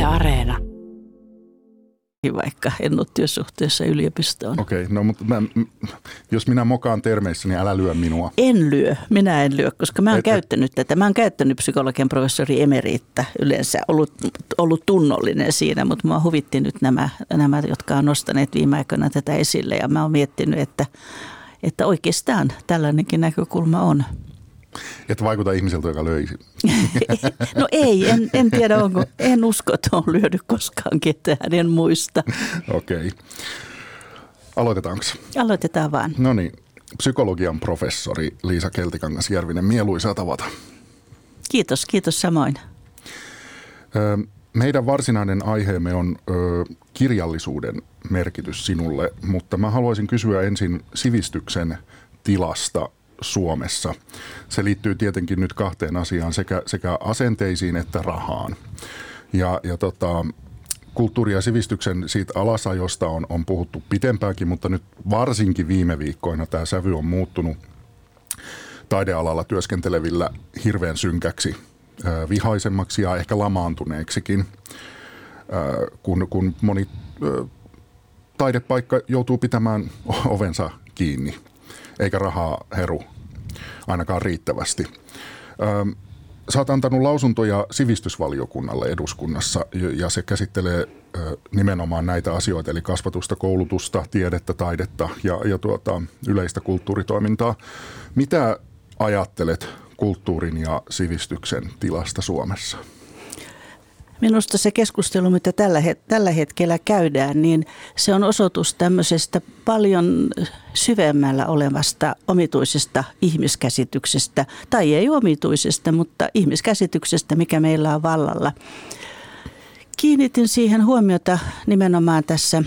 Areena. Vaikka en ole työsuhteessa yliopistoon. Okei, no mutta jos minä mokaan termeissä, niin älä lyö minua. Minä en lyö, koska mä oon käyttänyt tätä. Mä oon käyttänyt psykologian professori emeriittä yleensä, ollut tunnollinen siinä, mutta mua huvitti nyt nämä, jotka on nostaneet viime aikoina tätä esille. Ja mä oon miettinyt, että oikeastaan tällainenkin näkökulma on. Et vaikuta ihmiseltä, joka löisi. No ei, en tiedä onko. En usko, että on lyödy koskaan ketään, en muista. Okei. Aloitetaanko? Aloitetaan vaan. No niin, psykologian professori Liisa Keltikangas-Järvinen, mieluisaa tavata. Kiitos samoin. Meidän varsinainen aiheemme on kirjallisuuden merkitys sinulle, mutta mä haluaisin kysyä ensin sivistyksen tilasta Suomessa. Se liittyy tietenkin nyt kahteen asiaan, sekä asenteisiin että rahaan. Ja kulttuuri- ja sivistyksen siitä alasajosta on puhuttu pitempäänkin, mutta nyt varsinkin viime viikkoina tämä sävy on muuttunut taidealalla työskentelevillä hirveän synkäksi, vihaisemmaksi ja ehkä lamaantuneeksikin, kun moni taidepaikka joutuu pitämään ovensa kiinni, eikä rahaa heru ainakaan riittävästi. Sä oot antanut lausuntoja sivistysvaliokunnalle eduskunnassa ja se käsittelee nimenomaan näitä asioita, eli kasvatusta, koulutusta, tiedettä, taidetta ja yleistä kulttuuritoimintaa. Mitä ajattelet kulttuurin ja sivistyksen tilasta Suomessa? Minusta se keskustelu, mitä tällä hetkellä käydään, niin se on osoitus tämmöisestä paljon syvemmällä olevasta omituisesta ihmiskäsityksestä, tai ei omituisesta, mutta ihmiskäsityksestä, mikä meillä on vallalla. Kiinnitin siihen huomiota nimenomaan tässä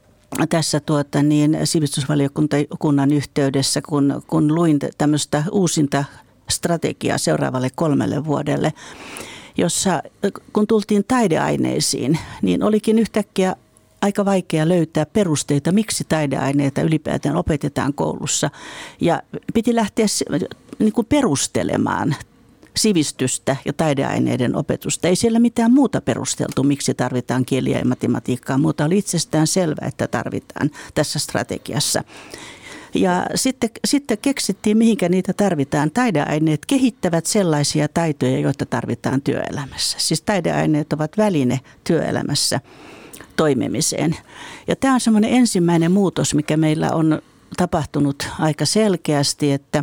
sivistysvaliokunnan yhteydessä, kun luin tämmöistä uusinta strategiaa seuraavalle 3 vuodelle, jossa kun tultiin taideaineisiin, niin olikin yhtäkkiä aika vaikea löytää perusteita, miksi taideaineita ylipäätään opetetaan koulussa. Ja piti lähteä niin kuin perustelemaan sivistystä ja taideaineiden opetusta. Ei siellä mitään muuta perusteltu, miksi tarvitaan kieliä ja matematiikkaa. Muuta oli itsestään selvää, että tarvitaan tässä strategiassa. Ja sitten keksittiin, mihinkä niitä tarvitaan. Taideaineet kehittävät sellaisia taitoja, joita tarvitaan työelämässä. Siis taideaineet ovat väline työelämässä toimimiseen. Ja tämä on semmoinen ensimmäinen muutos, mikä meillä on tapahtunut aika selkeästi, että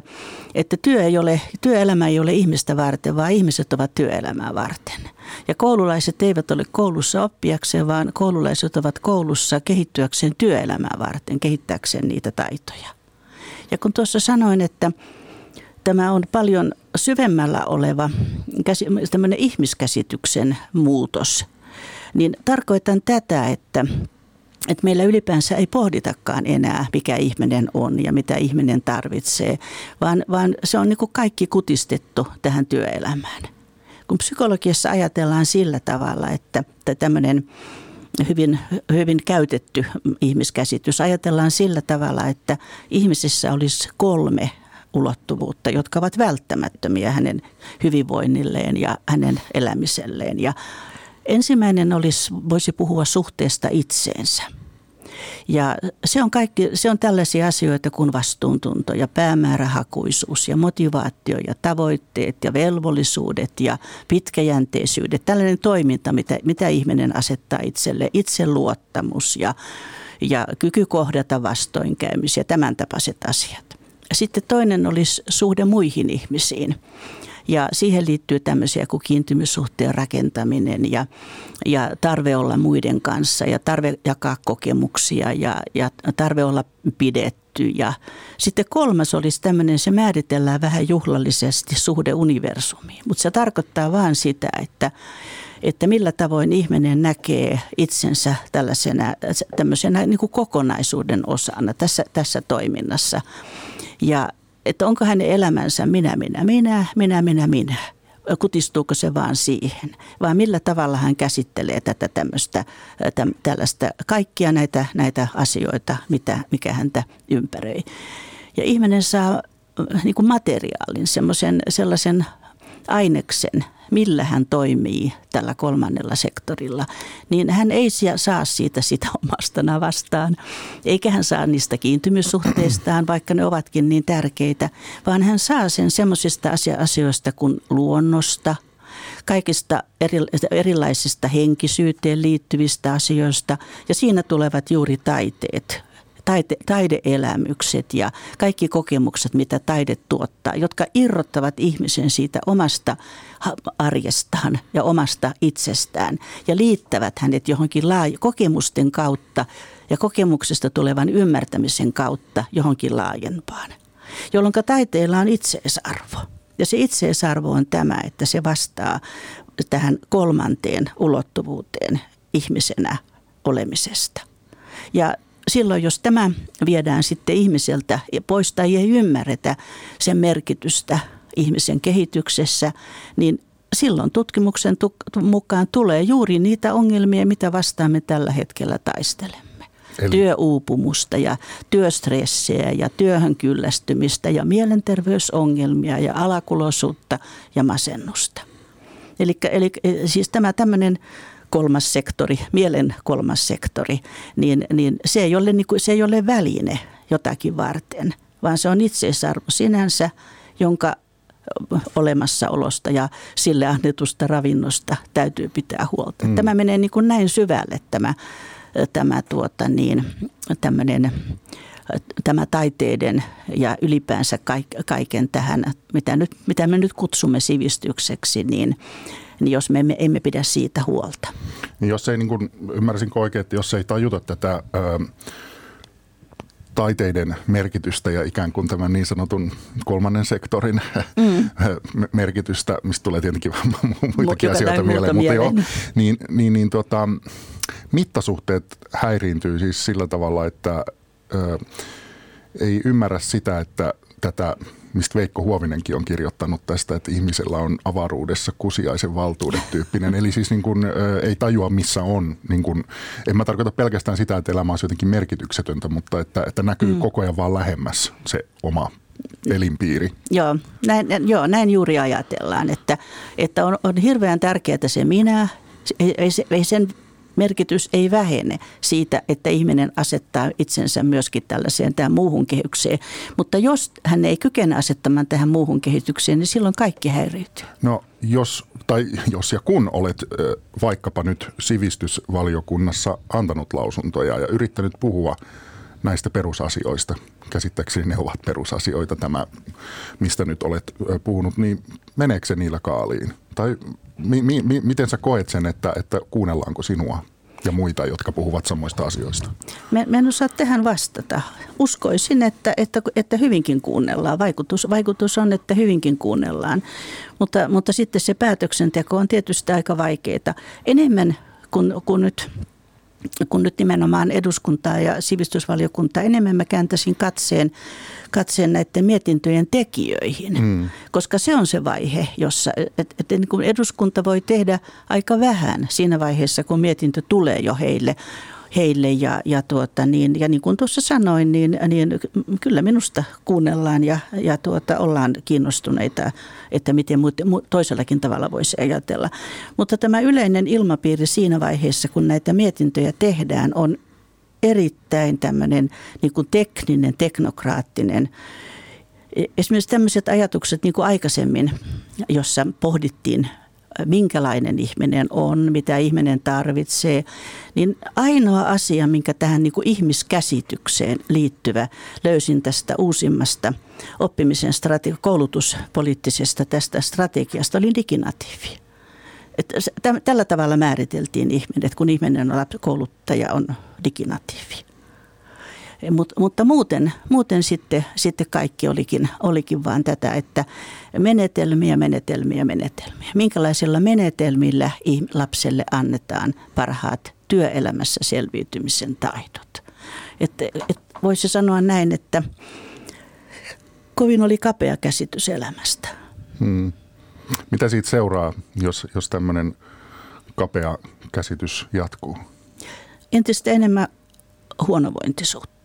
työelämä ei ole ihmistä varten, vaan ihmiset ovat työelämää varten. Ja koululaiset eivät ole koulussa oppiakseen, vaan koululaiset ovat koulussa kehittyäkseen työelämää varten, kehittääkseen niitä taitoja. Ja kun tuossa sanoin, että tämä on paljon syvemmällä oleva tämmöinen ihmiskäsityksen muutos, niin tarkoitan tätä, että meillä ylipäänsä ei pohditakaan enää, mikä ihminen on ja mitä ihminen tarvitsee, vaan se on niin kuin kaikki kutistettu tähän työelämään. Kun psykologiassa ajatellaan sillä tavalla, että tämmöinen hyvin käytetty ihmiskäsitys, ajatellaan sillä tavalla, että ihmisessä olisi 3 ulottuvuutta, jotka ovat välttämättömiä hänen hyvinvoinnilleen ja hänen elämiselleen. Ja ensimmäinen voisi puhua suhteesta itseensä. Ja se on tällaisia asioita kuin vastuuntunto ja päämäärähakuisuus ja motivaatio ja tavoitteet ja velvollisuudet ja pitkäjänteisyydet. Tällainen toiminta, mitä ihminen asettaa itselle, itseluottamus ja kyky kohdata vastoinkäymisiä, tämän tapaiset asiat. Sitten toinen olisi suhde muihin ihmisiin. Ja siihen liittyy tämmöisiä kuin kiintymyssuhteen rakentaminen ja tarve olla muiden kanssa ja tarve jakaa kokemuksia ja tarve olla pidetty. Ja sitten 3 olisi tämmöinen, se määritellään vähän juhlallisesti suhde universumiin. Mutta se tarkoittaa vaan sitä, että millä tavoin ihminen näkee itsensä tämmöisenä niin kuin kokonaisuuden osana tässä toiminnassa. Ja että onko hänen elämänsä minä, kutistuuko se vaan siihen, vai millä tavalla hän käsittelee tätä tällaista kaikkia näitä asioita, mikä häntä ympäröi. Ja ihminen saa niin kuin materiaalin, sellaisen aineksen, millä hän toimii tällä kolmannella sektorilla, niin hän ei saa siitä sitä omasta navastaan, eikä hän saa niistä kiintymyssuhteistaan, vaikka ne ovatkin niin tärkeitä, vaan hän saa sen semmoisista asioista kuin luonnosta, kaikista erilaisista henkisyyteen liittyvistä asioista, ja siinä tulevat juuri taiteet. Taideelämykset ja kaikki kokemukset, mitä taide tuottaa, jotka irrottavat ihmisen siitä omasta arjestaan ja omasta itsestään ja liittävät hänet johonkin kokemusten kautta ja kokemuksesta tulevan ymmärtämisen kautta johonkin laajempaan, jolloin taiteella on itseisarvo. Ja se itseisarvo on tämä, että se vastaa tähän kolmanteen ulottuvuuteen ihmisenä olemisesta. Ja silloin, jos tämä viedään sitten ihmiseltä pois tai ei ymmärretä sen merkitystä ihmisen kehityksessä, niin silloin tutkimuksen mukaan tulee juuri niitä ongelmia, mitä vastaan me tällä hetkellä taistelemme. Eli työuupumusta ja työstressejä ja työhön kyllästymistä ja mielenterveysongelmia ja alakuloisuutta ja masennusta. Eli siis tämä tämmöinen kolmas sektori, mielen kolmas sektori, niin se ei ole väline jotakin varten, vaan se on itseisarvo sinänsä, jonka olemassaolosta ja sille annetusta ravinnosta täytyy pitää huolta. Tämä menee niin kuin näin syvälle tämä taiteiden ja ylipäänsä kaiken tähän, mitä me nyt kutsumme sivistykseksi, niin jos me emme pidä siitä huolta. Jos ei, niin kuin ymmärsinkö oikein, että jos ei tajuta tätä taiteiden merkitystä ja ikään kuin tämän niin sanotun kolmannen sektorin merkitystä, mistä tulee tietenkin muitakin asioita mieleen, mutta joo, niin mittasuhteet häiriintyy siis sillä tavalla, että ei ymmärrä sitä, että tätä, mistä Veikko Huovinenkin on kirjoittanut tästä, että ihmisellä on avaruudessa kusiaisen valtuudet tyyppinen. Eli siis niin kuin, ei tajua, missä on. Niin kuin, en mä tarkoita pelkästään sitä, että elämä on jotenkin merkityksetöntä, mutta että näkyy koko ajan vaan lähemmäs se oma elinpiiri. Joo, näin juuri ajatellaan, että on hirveän tärkeää se minä, ei sen merkitys ei vähene siitä, että ihminen asettaa itsensä myöskin tähän muuhun kehykseen. Mutta jos hän ei kykene asettamaan tähän muuhun kehitykseen, niin silloin kaikki häiriytyy. No jos ja kun olet vaikkapa nyt sivistysvaliokunnassa antanut lausuntoja ja yrittänyt puhua näistä perusasioista, käsittääkseni ne ovat perusasioita tämä, mistä nyt olet puhunut, niin meneekö se niillä kaaliin? Tai miten sä koet sen, että kuunnellaanko sinua ja muita, jotka puhuvat samoista asioista? Mä en osaa tähän vastata. Uskoisin, että hyvinkin kuunnellaan. Vaikutus on, että hyvinkin kuunnellaan. Mutta sitten se päätöksenteko on tietysti aika vaikeaa. Enemmän kun nyt nimenomaan eduskuntaa ja sivistysvaliokuntaa, enemmän mä kääntäisin katseen näiden mietintöjen tekijöihin, koska se on se vaihe, jossa niin kuin eduskunta voi tehdä aika vähän siinä vaiheessa, kun mietintö tulee jo heille ja niin kuin tuossa sanoin, niin kyllä minusta kuunnellaan ja ollaan kiinnostuneita, että miten toisellakin tavalla voisi ajatella. Mutta tämä yleinen ilmapiiri siinä vaiheessa, kun näitä mietintöjä tehdään, on erittäin tämmöinen niin kuin tekninen, teknokraattinen. Esimerkiksi tämmöiset ajatukset niin kuin aikaisemmin, jossa pohdittiin, minkälainen ihminen on, mitä ihminen tarvitsee, niin ainoa asia, minkä tähän niin kuin ihmiskäsitykseen liittyvä löysin tästä uusimmasta oppimisen koulutuspoliittisesta tästä strategiasta oli diginatiivi. Että tällä tavalla määriteltiin ihminen, että kun ihminen on kouluttaja, on diginatiivi. Mutta muuten sitten kaikki olikin vaan tätä, että menetelmiä. Minkälaisilla menetelmillä lapselle annetaan parhaat työelämässä selviytymisen taidot. Voisi sanoa näin, että kovin oli kapea käsitys elämästä. Mitä siitä seuraa, jos tämmöinen kapea käsitys jatkuu? Entistä enemmän huonovointisuutta.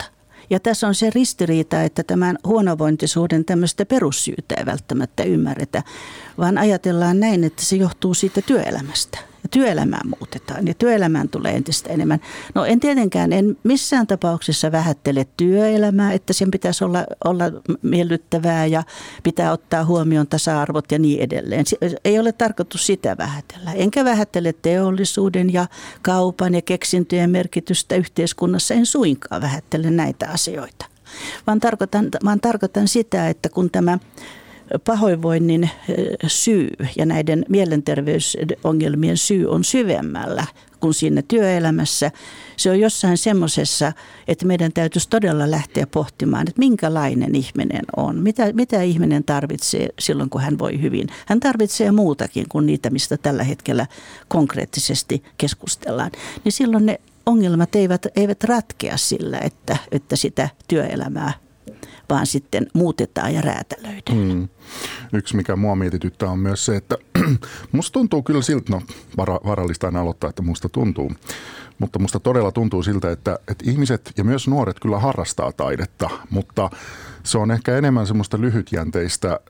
Ja tässä on se ristiriita, että tämän huonovointisuuden tämmöistä perussyytä ei välttämättä ymmärretä, vaan ajatellaan näin, että se johtuu siitä työelämästä. Ja työelämää muutetaan ja työelämään tulee entistä enemmän. No en missään tapauksessa vähättele työelämää, että sen pitäisi olla miellyttävää ja pitää ottaa huomioon tasa-arvot ja niin edelleen. Ei ole tarkoitus sitä vähätellä. Enkä vähättele teollisuuden ja kaupan ja keksintöjen merkitystä yhteiskunnassa. En suinkaan vähättele näitä asioita, vaan tarkoitan sitä, että kun tämä pahoinvoinnin syy ja näiden mielenterveysongelmien syy on syvemmällä kuin siinä työelämässä. Se on jossain semmoisessa, että meidän täytyisi todella lähteä pohtimaan, että minkälainen ihminen on. Mitä ihminen tarvitsee silloin, kun hän voi hyvin. Hän tarvitsee muutakin kuin niitä, mistä tällä hetkellä konkreettisesti keskustellaan. Niin silloin ne ongelmat eivät ratkea sillä, että sitä työelämää vaan sitten muutetaan ja räätälöidään. Yksi, mikä mua mietityttää, on myös se, että musta tuntuu kyllä siltä, vaarallista aina aloittaa, että musta tuntuu, mutta musta todella tuntuu siltä, että ihmiset ja myös nuoret kyllä harrastaa taidetta, mutta se on ehkä enemmän semmoista lyhytjänteistä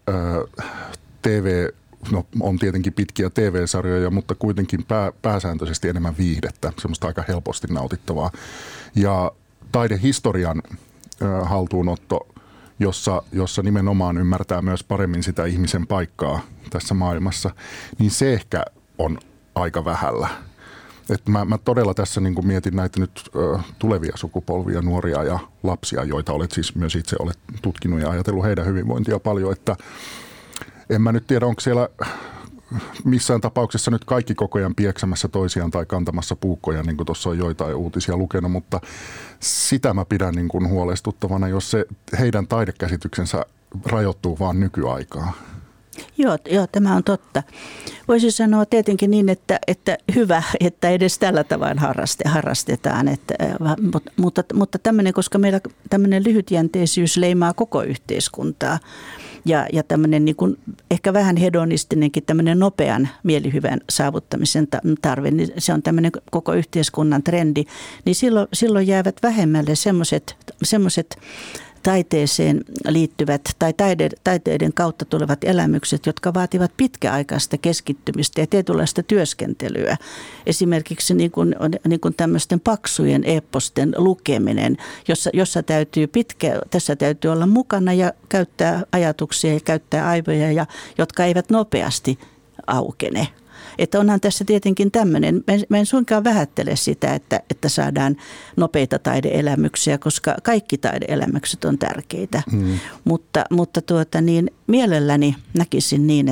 on tietenkin pitkiä TV-sarjoja, mutta kuitenkin pääsääntöisesti enemmän viihdettä, semmoista aika helposti nautittavaa. Ja taidehistorian haltuunotto, jossa nimenomaan ymmärtää myös paremmin sitä ihmisen paikkaa tässä maailmassa, niin se ehkä on aika vähällä. Että mä todella tässä niin kuin mietin näitä nyt tulevia sukupolvia, nuoria ja lapsia, joita olet siis myös itse olet tutkinut ja ajatellut heidän hyvinvointia paljon, että en mä nyt tiedä, onko siellä missään tapauksessa nyt kaikki koko ajan pieksämässä toisiaan tai kantamassa puukkoja, niin kuin tuossa on joitain uutisia lukenut, mutta sitä mä pidän niin kuin huolestuttavana, jos se heidän taidekäsityksensä rajoittuu vaan nykyaikaan. Joo, tämä on totta. Voisi sanoa tietenkin niin, että hyvä, että edes tällä tavoin harrastetaan, mutta tämmöinen, koska meillä tämmöinen lyhytjänteisyys leimaa koko yhteiskuntaa ja tämmöinen niin kuin ehkä vähän hedonistinenkin tämmöinen nopean mielihyvän saavuttamisen tarve, niin se on tämmöinen koko yhteiskunnan trendi, niin silloin jäävät vähemmälle semmoiset taiteeseen liittyvät tai taiteiden kautta tulevat elämykset, jotka vaativat pitkäaikaista keskittymistä ja tietynlaista työskentelyä. Esimerkiksi niin kuin tämmöisten paksujen eepposten lukeminen, jossa tässä täytyy olla mukana ja käyttää ajatuksia ja käyttää aivoja, jotka eivät nopeasti aukene. Että onhan tässä tietenkin tämmöinen, mä en suinkaan vähättele sitä, että saadaan nopeita taideelämyksiä, koska kaikki taideelämykset on tärkeitä. Mutta mielelläni näkisin niin,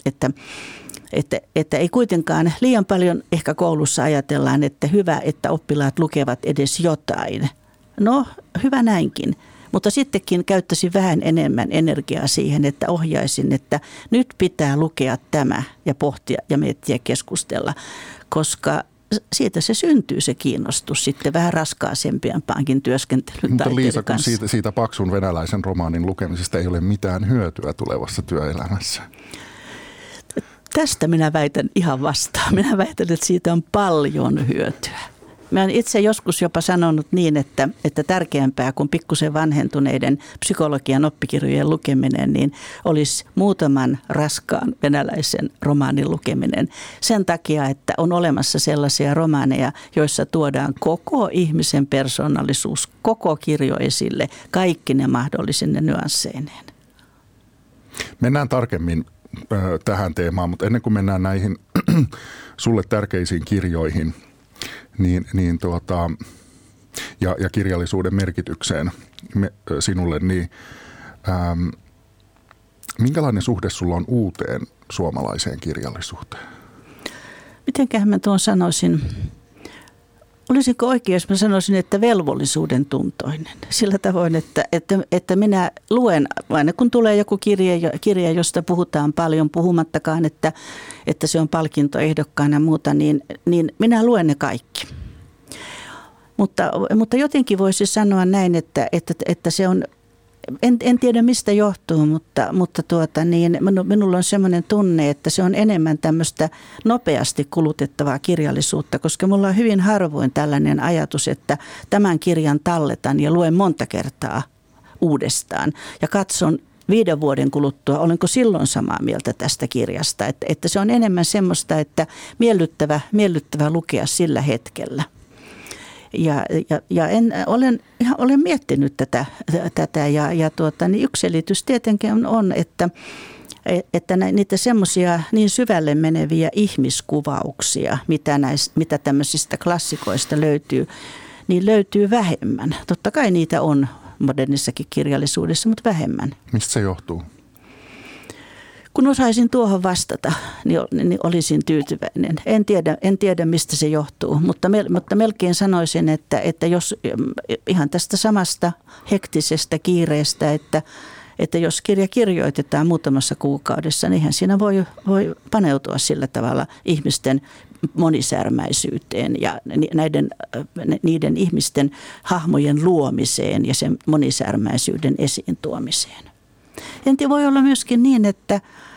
että ei kuitenkaan liian paljon ehkä koulussa ajatellaan, että hyvä, että oppilaat lukevat edes jotain. No, hyvä näinkin. Mutta sittenkin käyttäisin vähän enemmän energiaa siihen, että ohjaisin, että nyt pitää lukea tämä ja pohtia ja miettiä keskustella, koska siitä se syntyy se kiinnostus sitten vähän raskaasempiampaankin työskentelyn mutta taiteiden Liisa, kanssa. kun siitä paksun venäläisen romaanin lukemisesta ei ole mitään hyötyä tulevassa työelämässä. Tästä minä väitän ihan vastaan. Minä väitän, että siitä on paljon hyötyä. Mä olen itse joskus jopa sanonut niin, että tärkeämpää kuin pikkusen vanhentuneiden psykologian oppikirjojen lukeminen, niin olisi muutaman raskaan venäläisen romaanin lukeminen. Sen takia, että on olemassa sellaisia romaaneja, joissa tuodaan koko ihmisen persoonallisuus, koko kirjo esille, kaikki ne mahdollisine nyansseineen. Mennään tarkemmin tähän teemaan, mutta ennen kuin mennään näihin sulle tärkeisiin kirjoihin, ja kirjallisuuden merkitykseen sinulle, niin minkälainen suhde sulla on uuteen suomalaiseen kirjallisuuteen? Mitenköhän mä tuon sanoisin? Olisiko oikein, jos mä sanoisin, että velvollisuuden tuntoinen? Sillä tavoin, että minä luen, aina kun tulee joku kirja, josta puhutaan paljon, puhumattakaan, että se on palkintoehdokkaana ja muuta, niin minä luen ne kaikki. Mutta jotenkin voisi sanoa näin, että se on En tiedä mistä johtuu, mutta minulla on semmoinen tunne, että se on enemmän tämmöistä nopeasti kulutettavaa kirjallisuutta, koska mulla on hyvin harvoin tällainen ajatus, että tämän kirjan talletan ja luen monta kertaa uudestaan ja katson 5 vuoden kuluttua, olenko silloin samaa mieltä tästä kirjasta. Että se on enemmän semmoista, että miellyttävä lukea sillä hetkellä. Ja olen miettinyt tätä niin yksi selitys tietenkin on, että niitä semmoisia niin syvälle meneviä ihmiskuvauksia, mitä tämmöisistä klassikoista löytyy, niin löytyy vähemmän. Totta kai niitä on modernissakin kirjallisuudessa, mutta vähemmän. Mistä se johtuu? Kun osaisin tuohon vastata, niin olisin tyytyväinen. En tiedä mistä se johtuu, mutta melkein sanoisin, että jos ihan tästä samasta hektisestä kiireestä, että jos kirja kirjoitetaan muutamassa kuukaudessa, niin eihän siinä voi paneutua sillä tavalla ihmisten monisärmäisyyteen ja niiden ihmisten hahmojen luomiseen ja sen monisärmäisyyden esiin tuomiseen. Entä voi olla myöskin niin, että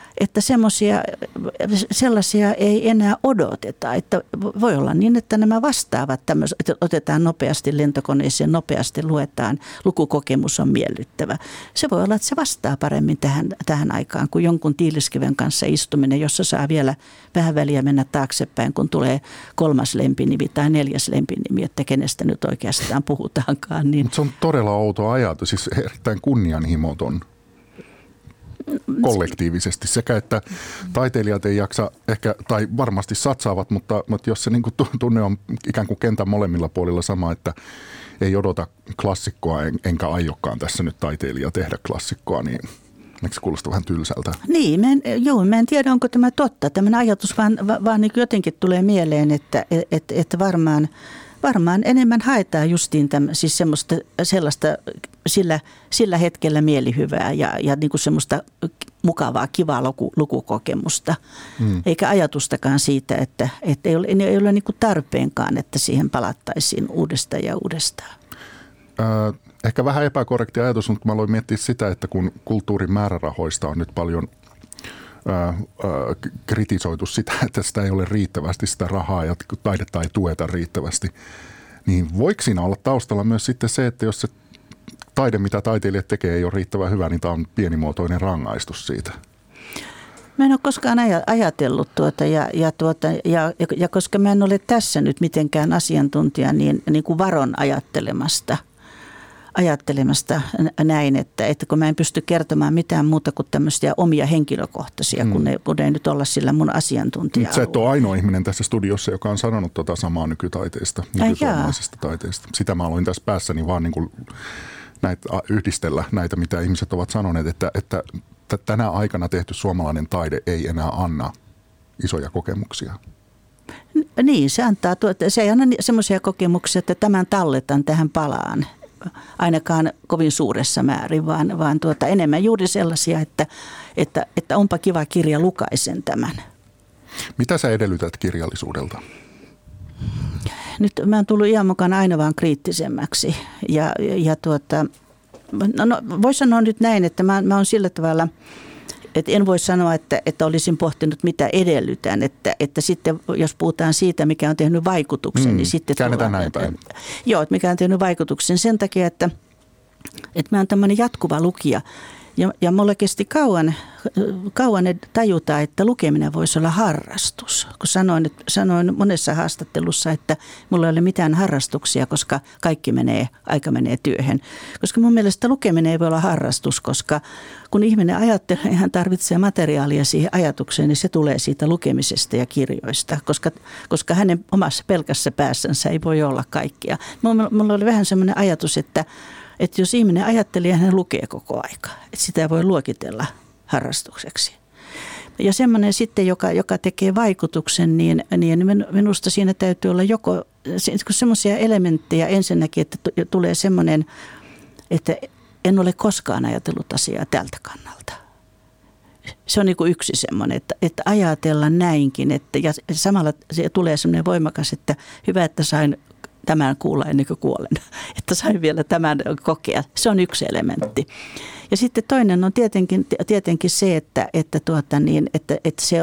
sellaisia ei enää odoteta. Että voi olla niin, että nämä vastaavat että otetaan nopeasti lentokoneeseen, nopeasti luetaan, lukukokemus on miellyttävä. Se voi olla, että se vastaa paremmin tähän aikaan kuin jonkun tiiliskiven kanssa istuminen, jossa saa vielä vähän väliä mennä taaksepäin, kun tulee 3. lempinimi tai 4. lempinimi, että kenestä nyt oikeastaan puhutaankaan. Niin. Se on todella outo ajatus, siis erittäin kunnianhimoton. Kollektiivisesti sekä, että taiteilijat ei jaksa ehkä, tai varmasti satsaavat, mutta jos se niin kuin tunne on ikään kuin kentän molemmilla puolilla sama, että ei odota klassikkoa, enkä aiokaan tässä nyt taiteilija tehdä klassikkoa, niin eikö se kuulosta vähän tylsältä? Niin, mä en tiedä, onko tämä totta. Tämmöinen ajatus vaan niin jotenkin tulee mieleen, että varmaan enemmän haetaan justiin siis sellaista sillä hetkellä mielihyvää ja niin kuin semmoista mukavaa, kivaa lukukokemusta. Eikä ajatustakaan siitä, että ei ole niin kuin tarpeenkaan, että siihen palattaisiin uudestaan ja uudestaan. Ehkä vähän epäkorrekti ajatus, mutta mä aloin miettiä sitä, että kun kulttuurin määrärahoista on nyt paljon kritisoitu sitä, että sitä ei ole riittävästi sitä rahaa ja taidetta ei tueta riittävästi, niin voiko siinä olla taustalla myös sitten se, että jos se taide, mitä taiteilijat tekee, ei ole riittävän hyvä, niin tämä on pienimuotoinen rangaistus siitä? Mä en ole koskaan ajatellut ja koska mä en ole tässä nyt mitenkään asiantuntija, niin kuin varon ajattelemasta näin, että kun mä en pysty kertomaan mitään muuta kuin tämmöisiä omia henkilökohtaisia, kun ei nyt olla sillä mun asiantuntija-alueella. Sä et ole ainoa ihminen tässä studiossa, joka on sanonut samaa nykytaiteesta, nykysuomalaisesta taiteesta. Sitä mä aloin tässä päässäni vaan niin kuin yhdistellä näitä, mitä ihmiset ovat sanoneet, että tänä aikana tehty suomalainen taide ei enää anna isoja kokemuksia. Niin, se ei anna semmoisia kokemuksia, että tämän talletan tähän palaan. Ainakaan kovin suuressa määrin, vaan enemmän juuri sellaisia, että onpa kiva kirja, lukaisen tämän. Mitä sä edellytät kirjallisuudelta? Nyt mä oon tullut iän mukaan aina vaan kriittisemmäksi. Voisi sanoa nyt näin, että mä oon sillä tavalla, että en voi sanoa, että olisin pohtinut mitä edellytän, että sitten jos puhutaan siitä, mikä on tehnyt vaikutuksen, niin sitten käännetään näin päin. Joo, että mikä on tehnyt vaikutuksen sen takia, että mä oon tämmöinen jatkuva lukija ja mulla kesti kauan tajuta, että lukeminen voisi olla harrastus. Kun sanoin monessa haastattelussa, että mulla ei ole mitään harrastuksia, koska aika menee työhön. Koska mun mielestä lukeminen ei voi olla harrastus, koska kun ihminen ajattelee, hän tarvitsee materiaalia siihen ajatukseen, niin se tulee siitä lukemisesta ja kirjoista, koska hänen omassa pelkässä päässänsä ei voi olla kaikkia. Mulla oli vähän semmoinen ajatus, että jos ihminen ajattelee, hän lukee koko aika, että sitä voi luokitella harrastukseksi. Ja semmoinen sitten, joka tekee vaikutuksen, niin minusta siinä täytyy olla joko semmoisia elementtejä ensinnäkin, että tulee semmoinen, että en ole koskaan ajatellut asiaa tältä kannalta. Se on niin kuin yksi semmoinen, että ajatella näinkin, ja samalla se tulee semmoinen voimakas, että hyvä, että sain tämän kuulla ennen kuin kuolen, että sain vielä tämän kokea. Se on yksi elementti. Ja sitten toinen on tietenkin se, että se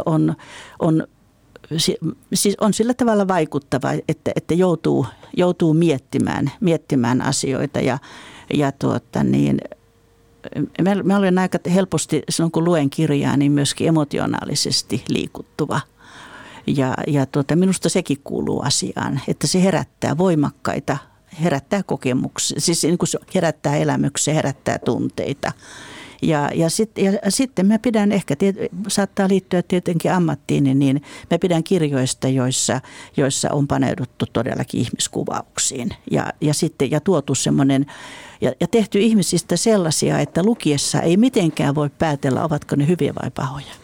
on sillä tavalla vaikuttava, että joutuu miettimään asioita mä olen aika helposti silloin kun luen kirjaa, niin myöskin emotionaalisesti liikuttuva. Ja minusta sekin kuuluu asiaan, että se herättää voimakkaita, herättää kokemuksia, siis niin kuin se herättää elämyksiä, herättää tunteita. Ja sitten mä pidän saattaa liittyä tietenkin ammattiin, niin mä pidän kirjoista, joissa on paneuduttu todellakin ihmiskuvauksiin ja tuotu semmoinen ja tehty ihmisistä sellaisia, että lukiessa ei mitenkään voi päätellä, ovatko ne hyviä vai pahoja.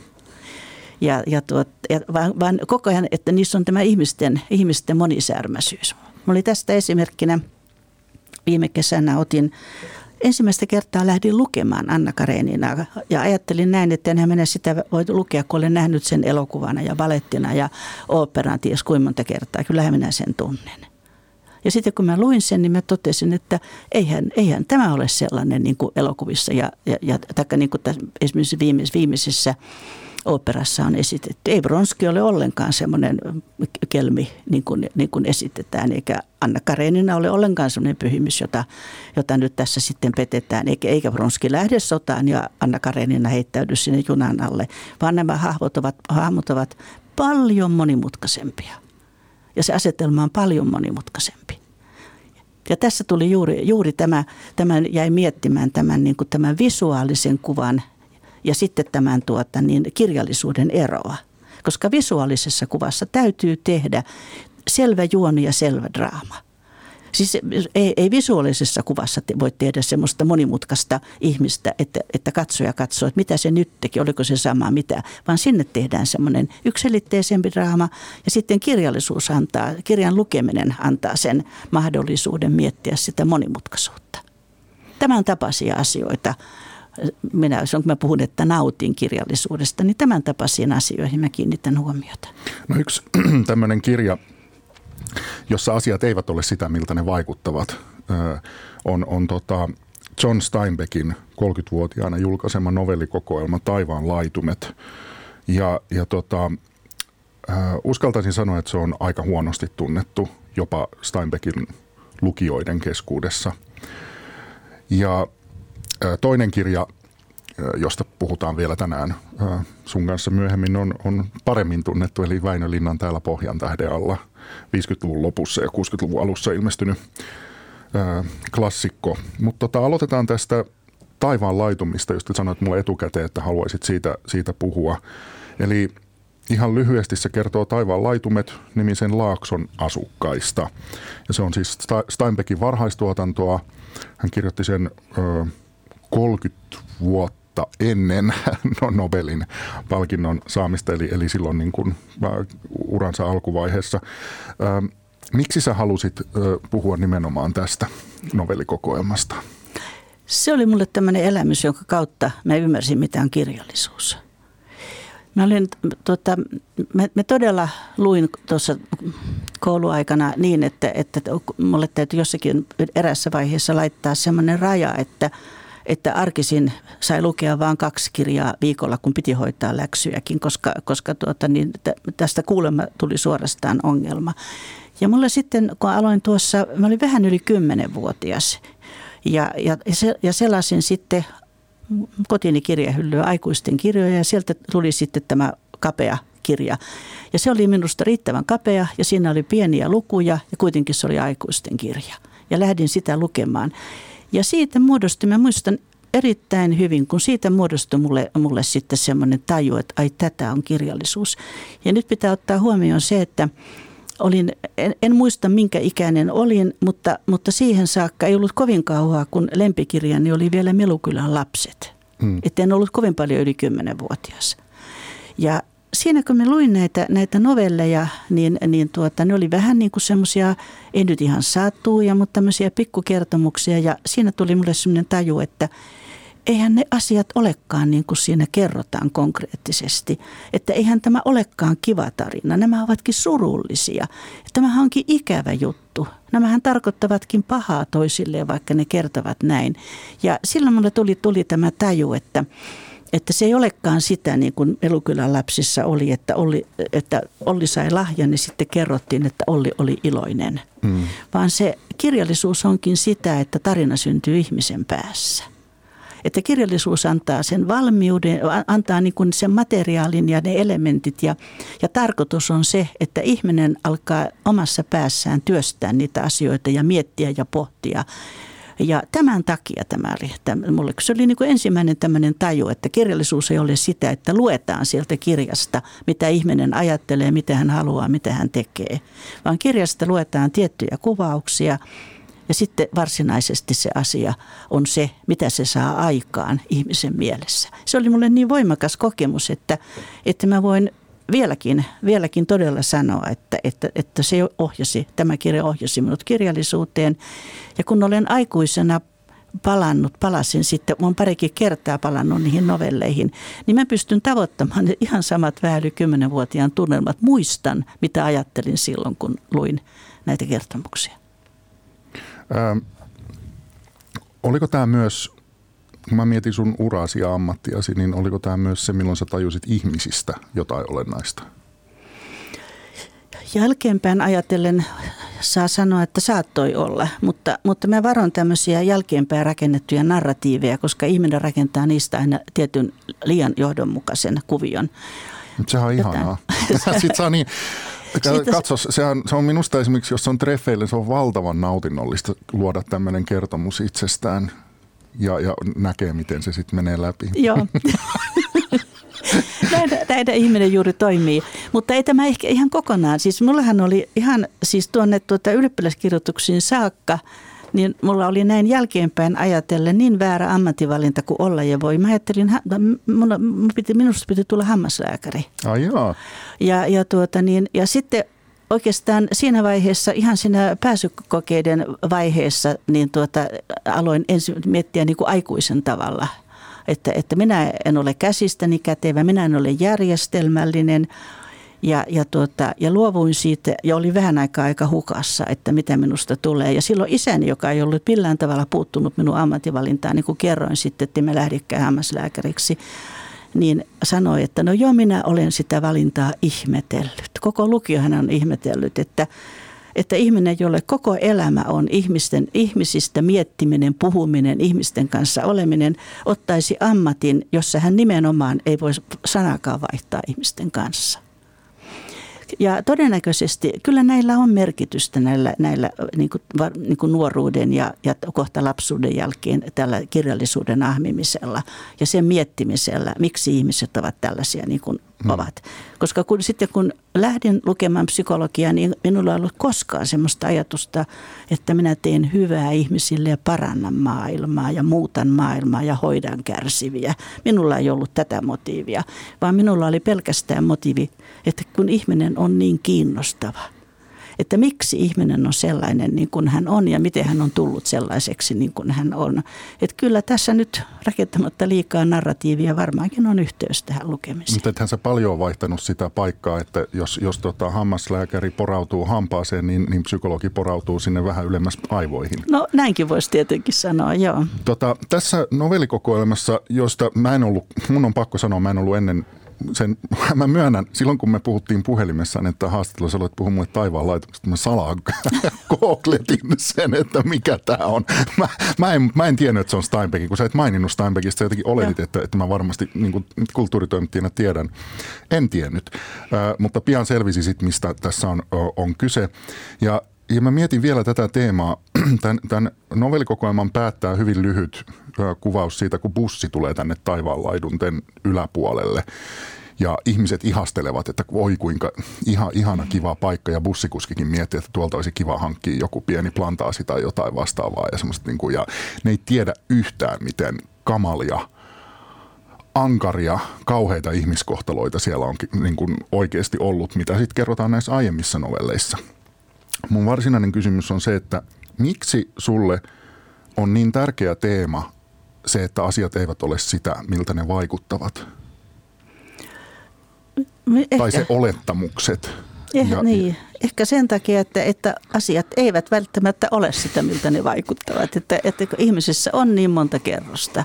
Vaan koko ajan, että niissä on tämä ihmisten monisärmäisyys. Mä oli tästä esimerkkinä viime kesänä ensimmäistä kertaa lähdin lukemaan Anna Kareninaa ja ajattelin näin, että enhän minä sitä voi lukea, kun olen nähnyt sen elokuvana ja balettina ja oopperaan ties kuinka monta kertaa. Kyllähän minä sen tunnen. Ja sitten kun mä luin sen, niin mä totesin, että eihän tämä ole sellainen niin kuin elokuvissa taikka niin kuin esimerkiksi viimeisessä oopperassa on esitetty. Ei Bronski ole ollenkaan semmoinen kelmi, niin kuin esitetään, eikä Anna Karenina ole ollenkaan semmoinen pyhimys, jota nyt tässä sitten petetään. Eikä Bronski lähde sotaan ja Anna Karenina heittäydy sinne junan alle, vaan nämä hahmot ovat paljon monimutkaisempia. Ja se asetelma on paljon monimutkaisempi. Ja tässä tuli juuri tämän jäi miettimään tämän visuaalisen kuvan ja sitten tämän kirjallisuuden eroa. Koska visuaalisessa kuvassa täytyy tehdä selvä juoni ja selvä draama. Siis ei visuaalisessa kuvassa voi tehdä semmoista monimutkaista ihmistä, että katsoja katsoo, että mitä se nyt teki, oliko se sama mitä, vaan sinne tehdään semmoinen yksilitteisempi draama ja sitten kirjan lukeminen antaa sen mahdollisuuden miettiä sitä monimutkaisuutta. Tämän tapaisia asioita, kun mä puhun, että nautin kirjallisuudesta, niin tämän tapaisiin asioihin mä kiinnitän huomiota. No yksi tämmöinen kirja, jossa asiat eivät ole sitä, miltä ne vaikuttavat, on John Steinbeckin 30-vuotiaana julkaisema novellikokoelma Taivaan laitumet. Uskaltaisin sanoa, että se on aika huonosti tunnettu jopa Steinbeckin lukijoiden keskuudessa. Ja toinen kirja, josta puhutaan vielä tänään sun kanssa myöhemmin, on paremmin tunnettu, eli Väinö Linnan Täällä Pohjantähden alla 50-luvun lopussa ja 60-luvun alussa ilmestynyt klassikko. Mutta aloitetaan tästä Taivaan laitumista, josta sanoit mulle etukäteen, että haluaisit siitä puhua. Eli ihan lyhyesti se kertoo Taivaan laitumet -nimisen laakson asukkaista. Ja se on siis Steinbeckin varhaistuotantoa. Hän kirjoitti sen 30 vuotta ennen Nobelin palkinnon saamista, eli silloin niin kuin uransa alkuvaiheessa. Miksi sä halusit puhua nimenomaan tästä novellikokoelmasta? Se oli mulle tämmöinen elämys, jonka kautta mä ymmärsin, mitä on kirjallisuus. Mä todella luin tuossa kouluaikana niin, että mulle täytyy jossakin erässä vaiheessa laittaa semmoinen raja, että arkisin sai lukea vain 2 kirjaa viikolla, kun piti hoitaa läksyjäkin, koska tästä kuulemma tuli suorastaan ongelma. Ja mulle sitten, kun aloin tuossa, mä olin vähän yli 10-vuotias ja sellaisin sitten kotiini kirjahyllyä aikuisten kirjoja ja sieltä tuli sitten tämä kapea kirja. Ja se oli minusta riittävän kapea ja siinä oli pieniä lukuja ja kuitenkin se oli aikuisten kirja. Ja lähdin sitä lukemaan. Ja siitä muodostui, mä muistan erittäin hyvin, kun siitä muodostui mulle sitten semmoinen taju, että ai tätä on kirjallisuus. Ja nyt pitää ottaa huomioon se, että en muista minkä ikäinen olin, mutta siihen saakka ei ollut kovin kauaa, kun lempikirjani oli vielä Melukylän lapset. Että en ollut kovin paljon yli 10-vuotias. Ja siinä kun mä luin näitä novelleja, niin ne oli vähän niin kuin semmoisia, ei nyt ihan satuja, mutta tämmöisiä pikkukertomuksia. Ja siinä tuli mulle semmoinen taju, että eihän ne asiat olekaan niin kuin siinä kerrotaan konkreettisesti. Että eihän tämä olekaan kiva tarina. Nämä ovatkin surullisia. Tämähän onkin ikävä juttu. rajattu. Nämähän tarkoittavatkin pahaa toisilleen, vaikka ne kertovat näin. Ja silloin mulle tuli tämä taju, että se ei olekaan sitä, niin kuin Elukylän lapsissa oli, että Olli sai lahjan, niin sitten kerrottiin, että Olli oli iloinen. Vaan se kirjallisuus onkin sitä, että tarina syntyy ihmisen päässä. Että kirjallisuus antaa sen valmiuden, antaa niin kuin sen materiaalin ja ne elementit ja tarkoitus on se, että ihminen alkaa omassa päässään työstää niitä asioita ja miettiä ja pohtia. Ja tämän takia mulle se oli niin kuin ensimmäinen tämmöinen taju, että kirjallisuus ei ole sitä, että luetaan sieltä kirjasta, mitä ihminen ajattelee, mitä hän haluaa, mitä hän tekee. Vaan kirjasta luetaan tiettyjä kuvauksia ja sitten varsinaisesti se asia on se, mitä se saa aikaan ihmisen mielessä. Se oli mulle niin voimakas kokemus, että mä voin vieläkin todella sanoa, että tämä kirja ohjasi minut kirjallisuuteen. Ja kun olen aikuisena palasin sitten, olen parikin kertaa palannut niihin novelleihin, niin mä pystyn tavoittamaan ne ihan samat vähän yli 10-vuotiaan tunnelmat. Muistan, mitä ajattelin silloin, kun luin näitä kertomuksia. Oliko tämä myös, kun mä mietin sun urasi ja ammattiasi, niin oliko tämä myös se, milloin sä tajusit ihmisistä jotain olennaista? Jälkeenpäin ajatellen saa sanoa, että saattoi olla, mutta mä varon tämmöisiä jälkeenpäin rakennettuja narratiiveja, koska ihminen rakentaa niistä aina tietyn liian johdonmukaisen kuvion. Sehän on ihanaa. Sitten saa niin... Katso, se on minusta esimerkiksi, jos on treffeille, se on valtavan nautinnollista luoda tämmöinen kertomus itsestään ja näkee, miten se sitten menee läpi. Joo. Näitä ihminen juuri toimii, mutta ei tämä ehkä ihan kokonaan. Siis mullahan oli ihan siis tuonne ylioppilaskirjoituksiin saakka, niin mulla oli näin jälkeenpäin ajatellen niin väärä ammattivalinta kuin olla ja voi. Mä ajattelin, minusta piti tulla hammaslääkäri. Ai joo. Ja sitten oikeastaan siinä vaiheessa, ihan siinä pääsykokeiden vaiheessa, niin aloin ensin miettiä niin kuin aikuisen tavalla. Että minä en ole käsistäni kätevä, minä en ole järjestelmällinen ja luovuin siitä ja oli vähän aikaa aika hukassa, että mitä minusta tulee. Ja silloin isäni, joka ei ollut millään tavalla puuttunut minun ammattivalintaan, niin kuin kerroin sitten, että mä lähdikään hammaslääkäriksi, niin sanoi, että no joo, minä olen sitä valintaa ihmetellyt. Koko lukiohan on ihmetellyt, että ihminen, jolle koko elämä on ihmisistä miettiminen, puhuminen, ihmisten kanssa oleminen, ottaisi ammatin, jossa hän nimenomaan ei voi sanakaan vaihtaa ihmisten kanssa. Ja todennäköisesti kyllä näillä on merkitystä näillä niin kuin nuoruuden ja kohta lapsuuden jälkeen tällä kirjallisuuden ahmimisella ja sen miettimisellä, miksi ihmiset ovat tällaisia niin kuin ovat. Koska kun lähdin lukemaan psykologiaa, niin minulla ei ollut koskaan sellaista ajatusta, että minä teen hyvää ihmisille ja parannan maailmaa ja muutan maailmaa ja hoidan kärsiviä. Minulla ei ollut tätä motiivia, vaan minulla oli pelkästään motiivi, että kun ihminen on niin kiinnostava, että miksi ihminen on sellainen niin kuin hän on ja miten hän on tullut sellaiseksi niin kuin hän on. Että kyllä tässä nyt rakentamatta liikaa narratiivia varmaankin on yhteys tähän lukemiseen. Mutta ethän sä paljon vaihtanut sitä paikkaa, että jos hammaslääkäri porautuu hampaaseen, niin psykologi porautuu sinne vähän ylemmäs aivoihin. No näinkin voisi tietenkin sanoa, joo. Tässä novellikokoelmassa, josta mun on pakko sanoa, mä en ollut ennen mä myönnän, silloin kun me puhuttiin puhelimessa, että haastattelussa olet puhunut mulle taivaan laitoksesta, mä salaan googletin sen, että mikä tämä on. Mä en tiennyt, että se on Steinbeck, kun sä et maininnut Steinbeckista, sä jotenkin oletit, että mä varmasti niin kuin kulttuuritoimittajana tiedän. En tiennyt, mutta pian selvisi sitten, mistä tässä on kyse. Ja mä mietin vielä tätä teemaa. Tämän novellikokoelman päättää hyvin lyhyt kuvaus siitä, kun bussi tulee tänne taivaanlaidunten yläpuolelle. Ja ihmiset ihastelevat, että voi kuinka ihana kiva paikka. Ja bussikuskikin miettii, että tuolta olisi kiva hankkia joku pieni plantaasi tai jotain vastaavaa. Ja ne ei tiedä yhtään, miten kamalia, ankaria, kauheita ihmiskohtaloita siellä on niin kuin oikeasti ollut, mitä sitten kerrotaan näissä aiemmissa novelleissa. Mun varsinainen kysymys on se, että miksi sulle on niin tärkeä teema se, että asiat eivät ole sitä, miltä ne vaikuttavat? Tai se olettamukset, Niin. Ehkä sen takia, että asiat eivät välttämättä ole sitä, miltä ne vaikuttavat. Että ihmisessä on niin monta kerrosta.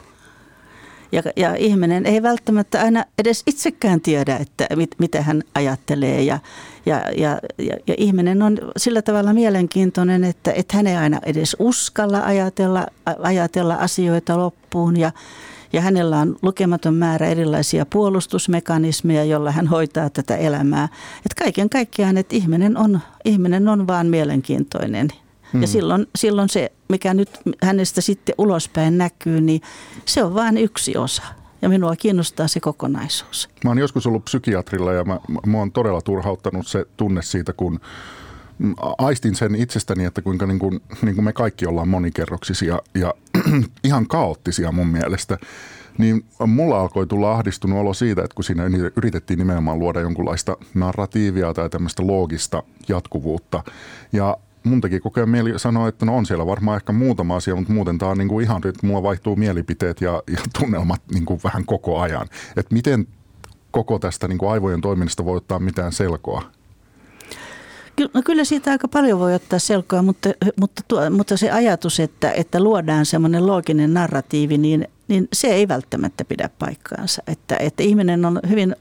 Ja ihminen ei välttämättä aina edes itsekään tiedä, että mitä hän ajattelee. Ja ihminen on sillä tavalla mielenkiintoinen, että hän ei aina edes uskalla ajatella asioita loppuun. Ja hänellä on lukematon määrä erilaisia puolustusmekanismeja, joilla hän hoitaa tätä elämää. Että kaiken kaikkiaan, että ihminen on vaan mielenkiintoinen. Ja silloin se, mikä nyt hänestä sitten ulospäin näkyy, niin se on vain yksi osa. Ja minua kiinnostaa se kokonaisuus. Mä oon joskus ollut psykiatrilla ja mä oon todella turhauttanut se tunne siitä, kun aistin sen itsestäni, että kuinka niin kuin me kaikki ollaan monikerroksisia ja ihan kaoottisia mun mielestä. Niin mulla alkoi tulla ahdistunut olo siitä, että kun siinä yritettiin nimenomaan luoda jonkunlaista narratiivia tai tämmöistä loogista jatkuvuutta. Ja mun teki koko ajan mieli sanoa, että no on siellä varmaan ehkä muutama asia, mutta muuten tämä on niin kuin ihan, että mulla vaihtuu mielipiteet ja tunnelmat niin kuin vähän koko ajan. Että miten koko tästä niin kuin aivojen toiminnasta voi ottaa mitään selkoa? No kyllä siitä aika paljon voi ottaa selkoa, mutta se ajatus, että luodaan semmoinen looginen narratiivi, niin se ei välttämättä pidä paikkaansa. Että ihminen on hyvin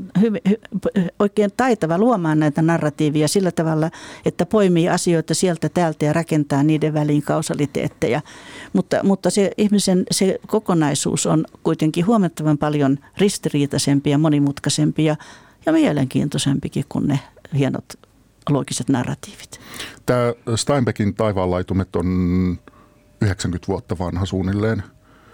oikein taitava luomaan näitä narratiivia sillä tavalla, että poimii asioita sieltä täältä ja rakentaa niiden väliin kausaliteetteja. Mutta se ihmisen se kokonaisuus on kuitenkin huomattavan paljon ristiriitaisempi ja monimutkaisempi ja mielenkiintoisempikin kuin ne hienot loogiset narratiivit. Tämä Steinbeckin taivaanlaitumet on 90 vuotta vanha suunnilleen.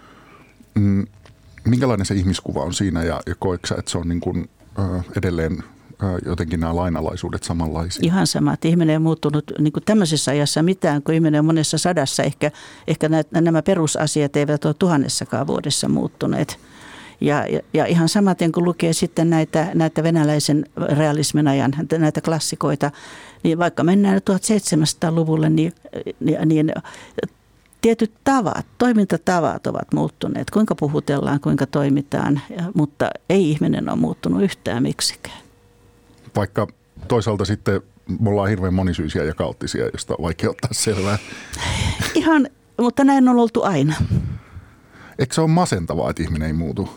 Minkälainen se ihmiskuva on siinä ja koetko että se on niin kuin, edelleen jotenkin nämä lainalaisuudet samanlaisia? Ihan sama, että ihminen on muuttunut niin kuin tämmöisessä ajassa mitään, kun ihminen on monessa sadassa. Ehkä nämä perusasiat eivät ole 1000 vuodessa muuttuneet. Ja ihan samaten kun lukee sitten näitä venäläisen realismin ajan, näitä klassikoita, niin vaikka mennään 1700-luvulle, niin tietyt toimintatavat ovat muuttuneet. Kuinka puhutellaan, kuinka toimitaan, mutta ei ihminen ole muuttunut yhtään miksikään. Vaikka toisaalta sitten me ollaan hirveän monisyisiä ja kaoottisia, josta on vaikea ottaa selvää. Ihan, mutta näin on oltu aina. Eikö se ole masentavaa, että ihminen ei muutu?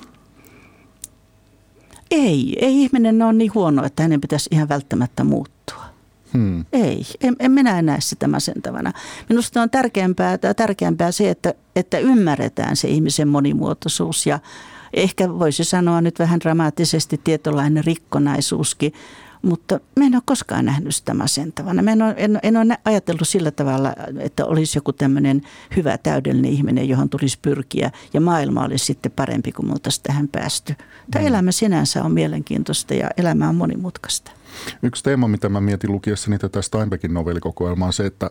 Ei ihminen ole niin huono, että hänen pitäisi ihan välttämättä muuttua. En minä näe sitä masentavana. Minusta on tärkeämpää se, että ymmärretään se ihmisen monimuotoisuus ja ehkä voisi sanoa nyt vähän dramaattisesti tietynlainen rikkonaisuuskin, mutta mä en ole koskaan nähnyt sitä masentavana. Mä en ole ajatellut sillä tavalla, että olisi joku tämmöinen hyvä täydellinen ihminen, johon tulisi pyrkiä ja maailma olisi sitten parempi, kun me oltaisiin tähän päästy. Tämä elämä sinänsä on mielenkiintoista ja elämä on monimutkaista. Yksi teema, mitä mä mietin lukiessani tätä Steinbeckin novellikokoelmaa on se, että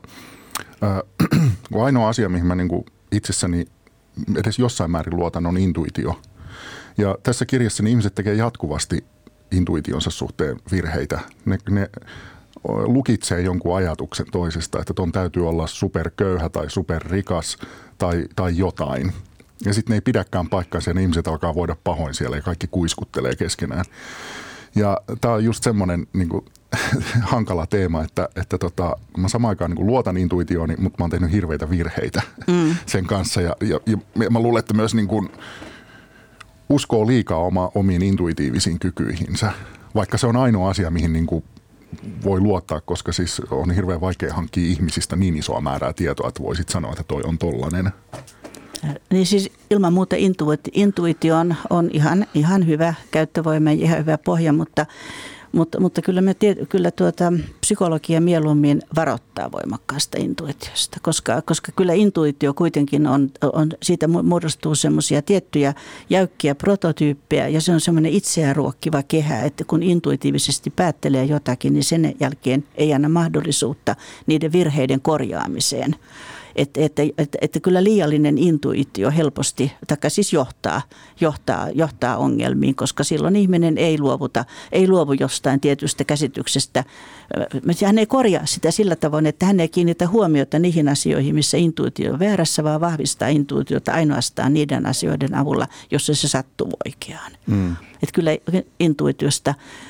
ainoa asia, mihin mä niin kuin itsessäni edes jossain määrin luotan, on intuitio. Ja tässä kirjassa niin ihmiset tekee jatkuvasti intuitionsa suhteen virheitä. Ne lukitsee jonkun ajatuksen toisesta, että ton täytyy olla superköyhä tai superrikas tai jotain. Ja sitten ne ei pidäkään paikkaansa ja ne ihmiset alkaa voida pahoin siellä ja kaikki kuiskuttelee keskenään. Ja tämä on just semmoinen niin kuin, hankala teema, että mä samaan aikaan niin kuin luotan intuitiooni, mutta mä oon tehnyt hirveitä virheitä sen kanssa. Ja mä luulen, että myös niin kuin, uskoo liikaa omiin intuitiivisiin kykyihinsä, vaikka se on ainoa asia, mihin niin kuin voi luottaa, koska siis on hirveän vaikea hankkia ihmisistä niin isoa määrää tietoa, että voisit sanoa, että toi on tollainen. Niin siis ilman muuta intuitio on ihan hyvä käyttövoima ja ihan hyvä pohja, mutta kyllä psykologia mieluummin varoittaa voimakkaasta intuitiosta, koska kyllä intuitio kuitenkin on siitä muodostuu semmoisia tiettyjä jäykkiä prototyyppejä ja se on semmoinen itseään ruokkiva kehä, että kun intuitiivisesti päättelee jotakin, niin sen jälkeen ei anna mahdollisuutta niiden virheiden korjaamiseen. Että kyllä liiallinen intuitio helposti, taikka siis johtaa ongelmiin, koska silloin ihminen ei luovu jostain tietystä käsityksestä. Hän ei korjaa sitä sillä tavoin, että hän ei kiinnitä huomiota niihin asioihin, missä intuitio on väärässä, vaan vahvistaa intuitiota ainoastaan niiden asioiden avulla, jossa se sattuu oikeaan. Että kyllä intuitiosta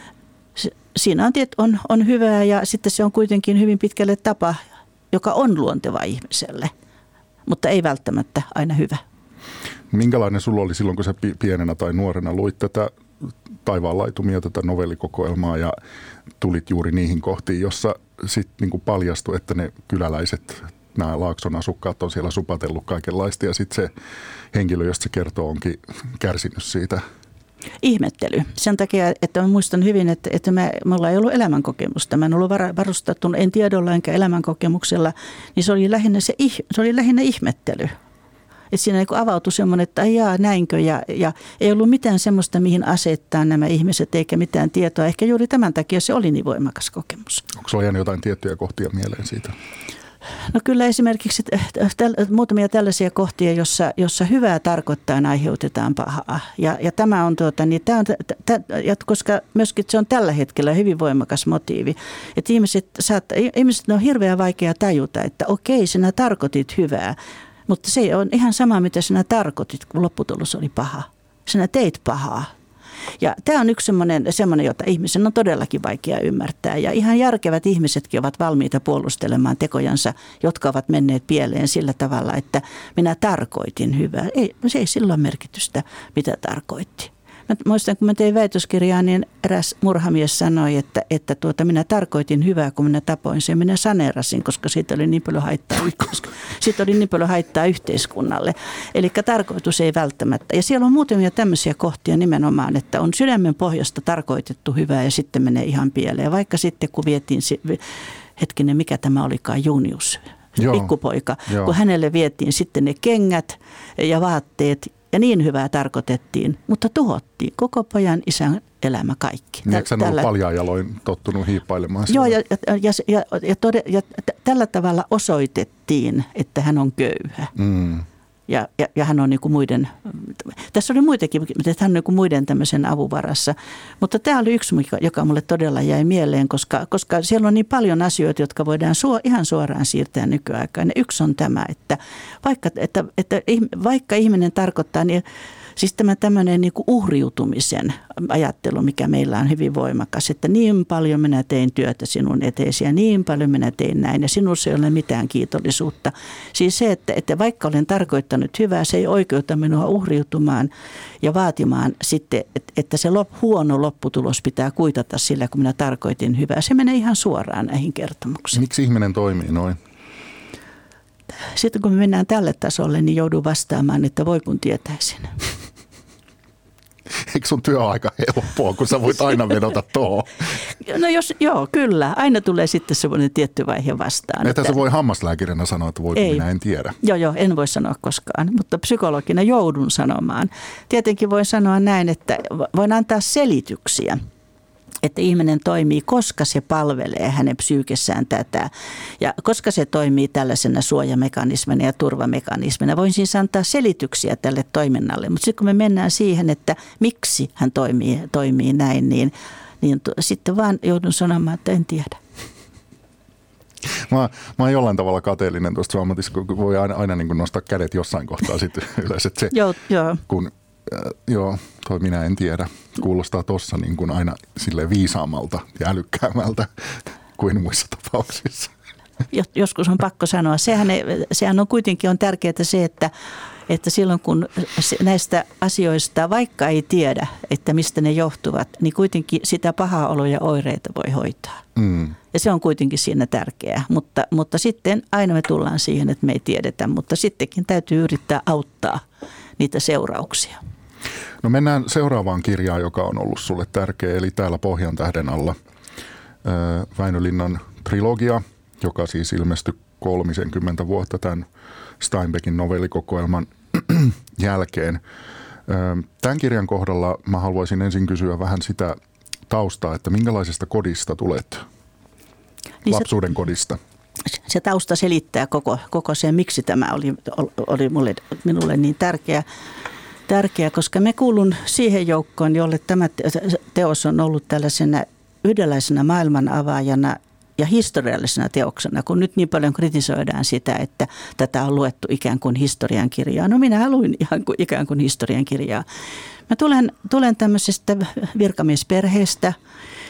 Siinä on hyvää ja sitten se on kuitenkin hyvin pitkälle tapa, joka on luonteva ihmiselle, mutta ei välttämättä aina hyvä. Minkälainen sulla oli silloin, kun sä pienenä tai nuorena luit tätä Taivaanlaitumia, tätä novellikokoelmaa ja tulit juuri niihin kohtiin, jossa sitten niinku paljastui, että ne kyläläiset, nämä Laakson asukkaat on siellä supatellut kaikenlaista ja sitten se henkilö, josta se kertoo, onkin kärsinyt siitä. Ihmettely. Sen takia, että mä muistan hyvin, että mulla ei ollut elämänkokemusta. Mä en ollut varustettu, en tiedolla enkä elämänkokemuksella, niin se oli lähinnä ihmettely. Että siinä niin avautui semmoinen, että jaa, näinkö, ja ei ollut mitään semmoista, mihin asettaa nämä ihmiset, eikä mitään tietoa. Ehkä juuri tämän takia se oli niin voimakas kokemus. Onko sulla jäänyt jotain tiettyjä kohtia mieleen siitä? No kyllä esimerkiksi muutamia tällaisia kohtia, jossa hyvää tarkoittain aiheutetaan pahaa. Ja tämä on, koska myöskin se on tällä hetkellä hyvin voimakas motiivi. Että ihmiset on hirveän vaikea tajuta, että okei, sinä tarkoitit hyvää, mutta se on ihan sama, mitä sinä tarkoitit, kun lopputulos oli paha. Sinä teit pahaa. Ja tämä on yksi semmoinen, jota ihmisen on todellakin vaikea ymmärtää. Ja ihan järkevät ihmisetkin ovat valmiita puolustelemaan tekojansa, jotka ovat menneet pieleen sillä tavalla, että minä tarkoitin hyvää. Se ei silloin merkitystä, mitä tarkoitti. Mä muistan, kun mä tein väitöskirjaa, niin eräs murhamies sanoi, että minä tarkoitin hyvää, kun minä tapoin sen. Minä saneerasin, koska siitä oli niin paljon haittaa yhteiskunnalle. Eli tarkoitus ei välttämättä. Ja siellä on muutamia tämmöisiä kohtia nimenomaan, että on sydämen pohjasta tarkoitettu hyvää ja sitten menee ihan pieleen. Vaikka sitten, kun vietiin, mikä tämä olikaan, Junius, pikkupoika, kun hänelle vietiin sitten ne kengät ja vaatteet, ja niin hyvää tarkoitettiin, mutta tuhottiin koko pojan isän elämä kaikki. Eikö hän ollut paljaan jaloin tottunut hiippailemaan? Joo, ja tällä tavalla osoitettiin, että hän on köyhä. Mm. Ja hän on niin kuin muiden, tässä oli muitakin, että hän on niin kuin muiden tämmöisen avunvarassa. Mutta tämä oli yksi, joka mulle todella jäi mieleen, koska siellä on niin paljon asioita, jotka voidaan ihan suoraan siirtää nykyaikaan. Ja yksi on tämä, että vaikka ihminen tarkoittaa, niin siis tämä tämmöinen niin kuin uhriutumisen ajattelu, mikä meillä on hyvin voimakas, että niin paljon minä tein työtä sinun eteesi ja niin paljon minä tein näin ja sinussa ei ole mitään kiitollisuutta. Siis se, että vaikka olen tarkoittanut hyvää, se ei oikeuta minua uhriutumaan ja vaatimaan sitten, että se huono lopputulos pitää kuitata sillä, kun minä tarkoitin hyvää. Se menee ihan suoraan näihin kertomuksiin. Miksi ihminen toimii noin? Sitten kun me mennään tälle tasolle, niin joudun vastaamaan, että voi kun tietäisin. Eikö sun työaika helppoa, kun sä voit aina vedota tuohon? No joo, kyllä. Aina tulee sitten semmoinen tietty vaihe vastaan. Että sä voi hammaslääkärinä sanoa, että voi, minä en tiedä. Joo, en voi sanoa koskaan, mutta psykologina joudun sanomaan. Tietenkin voin sanoa näin, että voin antaa selityksiä, että ihminen toimii, koska se palvelee hänen psyykessään tätä ja koska se toimii tällaisena suojamekanismina ja turvamekanismina. Voin siis antaa selityksiä tälle toiminnalle, mutta sitten kun me mennään siihen, että miksi hän toimii näin, niin sitten vaan joudun sanomaan, että en tiedä. Mä oon jollain tavalla kateellinen tuosta ammatissa, kun voi aina niin kuin nostaa kädet jossain kohtaa sitten ylös. Että se, joo. Kun, toi minä en tiedä. Kuulostaa tossa niin kuin aina silleen viisaammalta ja älykkäämältä kuin muissa tapauksissa. Joskus on pakko sanoa. Sehän on kuitenkin tärkeää se, että silloin kun näistä asioista, vaikka ei tiedä, että mistä ne johtuvat, niin kuitenkin sitä pahaa oloa ja oireita voi hoitaa. Mm. Ja se on kuitenkin siinä tärkeää. Mutta sitten aina me tullaan siihen, että me ei tiedetä, mutta sittenkin täytyy yrittää auttaa niitä seurauksia. No mennään seuraavaan kirjaan, joka on ollut sulle tärkeä, eli Täällä Pohjantähden alla. Väinö Linnan trilogia, joka siis ilmestyi 30 vuotta tämän Steinbeckin novellikokoelman jälkeen. Tämän kirjan kohdalla mä haluaisin ensin kysyä vähän sitä taustaa, että minkälaisesta kodista tulet? Lapsuuden kodista. Se tausta selittää koko sen, miksi tämä oli minulle niin tärkeä, koska me kuulun siihen joukkoon, jolle tämä teos on ollut tällaisena yhdenlaisena maailmanavaajana ja historiallisena teoksena, kun nyt niin paljon kritisoidaan sitä, että tätä on luettu ikään kuin historiankirjaa. No minä luin ikään kuin historiankirjaa. Mä tulen tämmöisestä virkamiesperheestä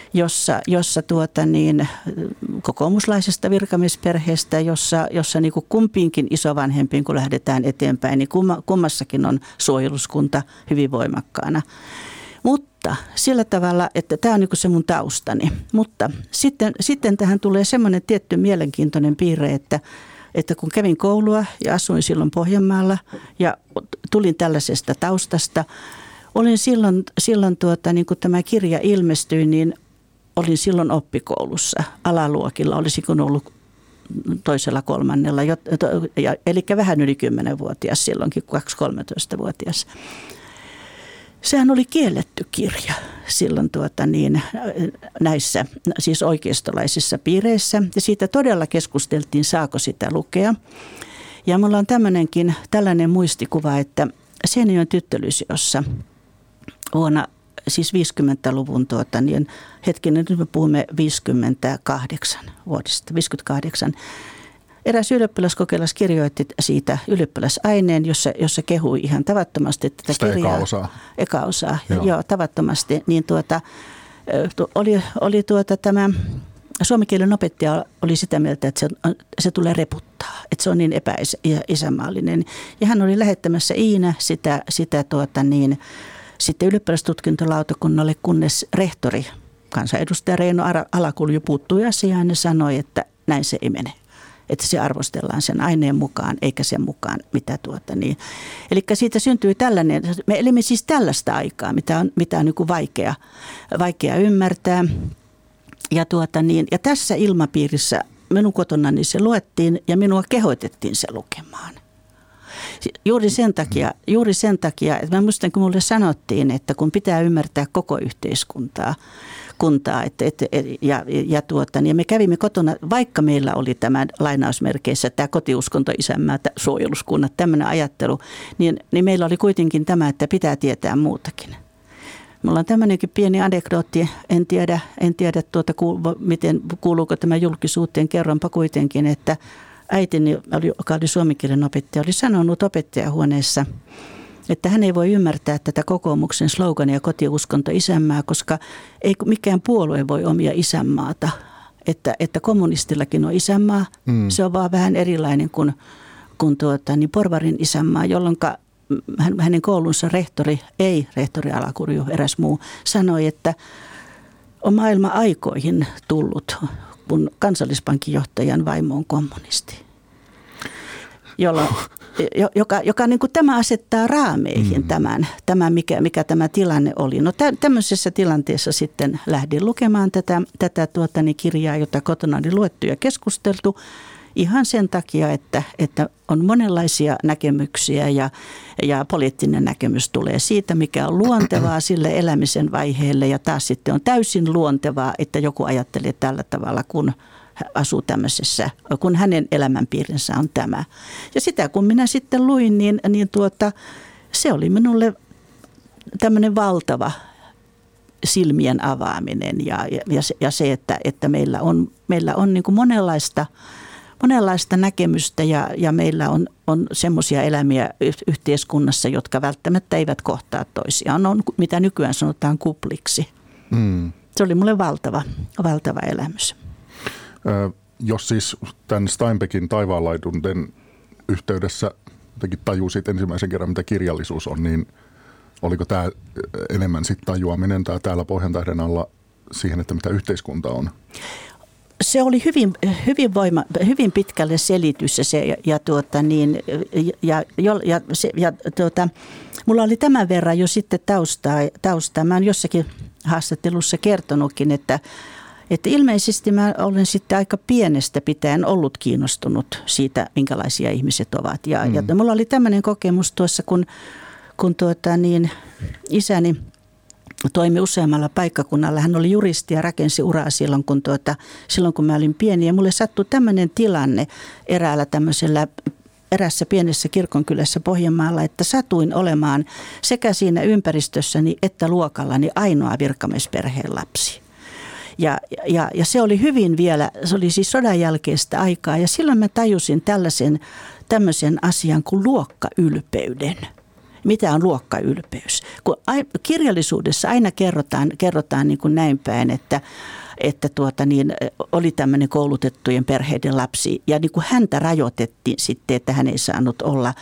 jossa kokoomuslaisesta virkamiesperheestä, jossa niin kuin kumpiinkin isovanhempiin, kun lähdetään eteenpäin, niin kummassakin on suojeluskunta hyvin voimakkaana. Mutta sillä tavalla, että tämä on niin kuin se mun taustani. Mutta sitten tähän tulee semmoinen tietty mielenkiintoinen piirre, että kun kävin koulua ja asuin silloin Pohjanmaalla ja tulin tällaisesta taustasta, olin silloin niin kun tämä kirja ilmestyi, niin olin silloin oppikoulussa alaluokilla. Olisiko ollut toisella kolmannella, eli vähän yli 10-vuotias silloinkin, 2-13-vuotias. Sehän oli kielletty kirja silloin näissä siis oikeistolaisissa piireissä. Ja siitä todella keskusteltiin, saako sitä lukea. Ja mulla on tällainen muistikuva, että Seinäjoen tyttölyseossa vuonna siis 50-luvun, nyt me puhumme 58 vuodesta, 58. Eräs ylioppilaskokeilas kirjoitti siitä ylioppilasaineen, jossa kehui ihan tavattomasti tätä sitä kirjaa. Eka osaa. Joo, tavattomasti. Niin oli tämä suomen kielen opettaja oli sitä mieltä, että se tulee reputtaa, että se on niin epäisänmaallinen. Ja hän oli lähettämässä Iina sitä sitten ylioppilastutkintolautakunnalle, kunnes rehtori, kansanedustaja Reino Alakulju puuttui asiaan ja sanoi, että näin se ei mene. Että se arvostellaan sen aineen mukaan, eikä sen mukaan, mitä Eli siitä syntyi tällainen, me elimme siis tällaista aikaa, mitä on niin kuin vaikea ymmärtää. Ja tässä ilmapiirissä minun kotonani se luettiin ja minua kehoitettiin se lukemaan. Juuri sen takia, että mä muistan, kun mulle sanottiin, että kun pitää ymmärtää koko yhteiskuntaa, ja me kävimme kotona, vaikka meillä oli tämä lainausmerkeissä tämä kotiuskonto, isänmaa, suojeluskunnat, tämmöinen ajattelu, niin meillä oli kuitenkin tämä, että pitää tietää muutakin. Mulla on tämmöinenkin pieni anekdootti, en tiedä miten kuuluuko tämä julkisuuteen, kerronpa kuitenkin, että äitini, joka oli suomen kielen opettaja, oli sanonut opettajahuoneessa, että hän ei voi ymmärtää tätä kokoomuksen slogania kotiuskonto isänmaa, koska ei mikään puolue voi omia isänmaata. Että kommunistillakin on isänmaa, se on vaan vähän erilainen kuin porvarin isänmaa, jolloin hänen koulunsa rehtori Alakurju, eräs muu, sanoi, että on maailma aikoihin tullut, kun Kansallispankin johtajan vaimo on kommunisti. Joka niin kuin tämä asettaa raameihin tämän mikä tämä tilanne oli. No tämmöisessä tilanteessa sitten lähdin lukemaan tätä kirjaa, jota kotona oli luettu ja keskusteltu. Ihan sen takia, että on monenlaisia näkemyksiä ja poliittinen näkemys tulee siitä, mikä on luontevaa sille elämisen vaiheelle. Ja taas sitten on täysin luontevaa, että joku ajattelee tällä tavalla, kun asuu tämmöisessä, kun hänen elämänpiirinsä on tämä. Ja sitä kun minä sitten luin, niin se oli minulle tämmöinen valtava silmien avaaminen ja se, että meillä on niin kuin monenlaista näkemystä ja meillä on semmoisia elämiä yhteiskunnassa, jotka välttämättä eivät kohtaa toisiaan. On mitä nykyään sanotaan kupliksi. Se oli mulle valtava elämys. Jos siis tämän Steinbeckin taivaanlaidunten yhteydessä jotenkin tajusit ensimmäisen kerran, mitä kirjallisuus on, niin oliko tämä enemmän sitten tajuaminen täällä Pohjantähden alla siihen, että mitä yhteiskunta on? Se oli hyvin pitkälle selitys mulla oli tämän verran jo sitten taustaa. Mä oon jossakin haastattelussa kertonutkin, että ilmeisesti mä olen sitten aika pienestä pitäen ollut kiinnostunut siitä, minkälaisia ihmiset ovat. Ja mulla oli tämmöinen kokemus tuossa, kun isäni toimi useammalla paikkakunnalla. Hän oli juristi ja rakensi uraa silloin, kun mä olin pieni. Ja mulle sattui tämmöinen tilanne erässä pienessä kirkonkylässä Pohjanmaalla, että satuin olemaan sekä siinä ympäristössäni että luokallani ainoa virkamiesperheen lapsi. Ja se oli se oli siis sodan jälkeistä aikaa ja silloin mä tajusin tämmöisen asian kuin luokkaylpeyden. Mitä on luokkaylpeys? Kun kirjallisuudessa aina kerrotaan niin kuin näin päin, että oli tämmöinen koulutettujen perheiden lapsi ja niin kuin häntä rajoitettiin sitten, että hän ei saanut olla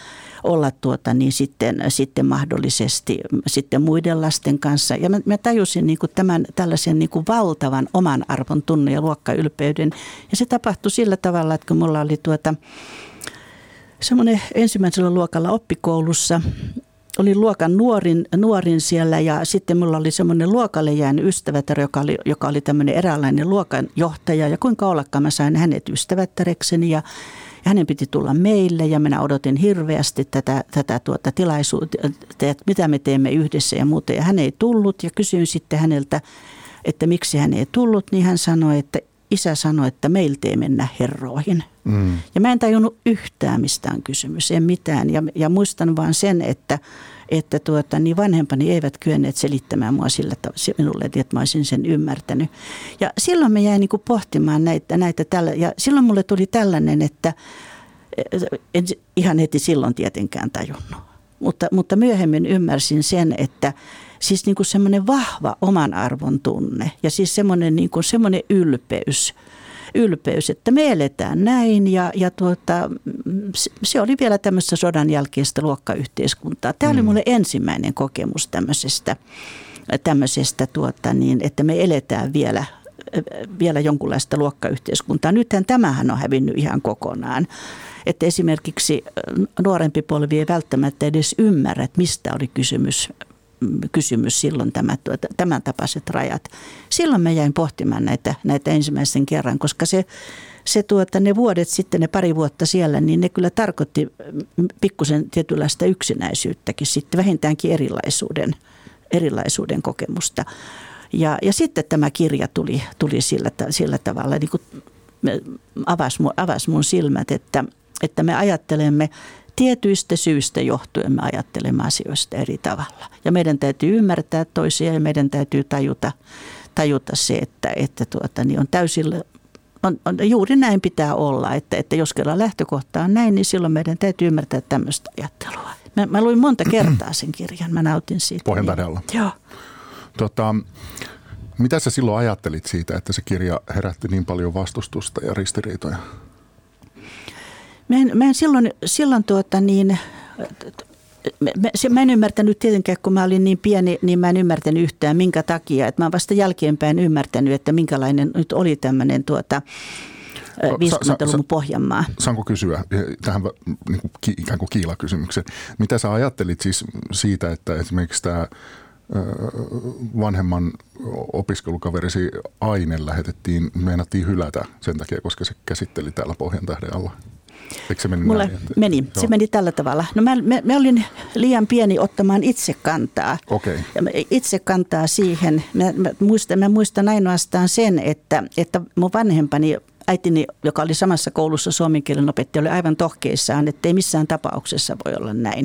sitten mahdollisesti sitten muiden lasten kanssa. Ja mä tajusin niin kuin tällaisen niin kuin valtavan oman arvon tunne ja luokkaylpeyden. Ja se tapahtui sillä tavalla, että kun mulla oli semmoinen ensimmäisellä luokalla oppikoulussa, olin luokan nuorin siellä ja sitten mulla oli semmoinen luokalle jäänyt ystävätär, joka oli tämmöinen eräänlainen luokanjohtaja. Ja kuinka ollakaan mä sain hänet ystävättärekseni ja hänen piti tulla meille ja minä odotin hirveästi tätä tilaisuutta, että mitä me teemme yhdessä ja muuta. Ja hän ei tullut ja kysyin sitten häneltä, että miksi hän ei tullut, niin hän sanoi, että isä sanoi, että meiltä ei mennä herroihin. Ja mä en tajunnut yhtään, mistä on kysymys, en mitään. Ja muistan vaan sen, että niin vanhempani eivät kyenneet selittämään mua minulle, että mä olisin sen ymmärtänyt. Ja silloin mä jäin niin kuin pohtimaan näitä tällä. Ja silloin mulle tuli tällainen, että en ihan heti silloin tietenkään tajunnut. Mutta myöhemmin ymmärsin sen, että siis niin kuin semmoinen vahva oman arvon tunne ja siis semmoinen, niin kuin semmoinen ylpeys, että me eletään näin ja se oli vielä tämmöistä sodan jälkeistä luokkayhteiskuntaa. Tämä oli mulle ensimmäinen kokemus tämmöisestä että me eletään vielä jonkunlaista luokkayhteiskuntaa. Nythän tämähän on hävinnyt ihan kokonaan. Että esimerkiksi nuorempi polvi ei välttämättä edes ymmärrä, että mistä oli kysymys silloin tämän tapaiset rajat. Silloin mä jäin pohtimaan näitä ensimmäisen kerran, koska ne vuodet sitten, ne pari vuotta siellä, niin ne kyllä tarkoitti pikkusen tietynlaista yksinäisyyttäkin sitten, vähintäänkin erilaisuuden kokemusta. Ja sitten tämä kirja tuli sillä tavalla, niin kuin avasi mun silmät, että me ajattelemme tietyistä syistä johtuen me ajattelemme asioista eri tavalla. Ja meidän täytyy ymmärtää toisia ja meidän täytyy tajuta se, että on täysillä, on juuri näin pitää olla. Että jos kerran lähtökohta on näin, niin silloin meidän täytyy ymmärtää tämmöistä ajattelua. Mä luin monta kertaa sen kirjan, mä nautin siitä. Pohjantähden alla. Joo. Mitä sä silloin ajattelit siitä, että se kirja herätti niin paljon vastustusta ja ristiriitoja? Mä en silloin mä en ymmärtänyt tietenkään, kun mä olin niin pieni, niin mä en ymmärtänyt yhtään minkä takia. Että mä oon vasta jälkeenpäin ymmärtänyt, että minkälainen nyt oli tämmöinen 50-luvun Pohjanmaa. Saanko kysyä tähän niin kuin ikään kuin kiilakysymykseen? Mitä sä ajattelit siis siitä, että esimerkiksi tämä vanhemman opiskelukaverisi Aine meinattiin hylätä sen takia, koska se käsitteli täällä Pohjantähden alla? Eikö se meni? Se meni tällä tavalla. No mä olin liian pieni ottamaan itse kantaa. Okay. Itse kantaa siihen. Mä muistan ainoastaan sen, että mun vanhempani, äitini, joka oli samassa koulussa suomen kielen opettaja, oli aivan tohkeissaan, että ei missään tapauksessa voi olla näin.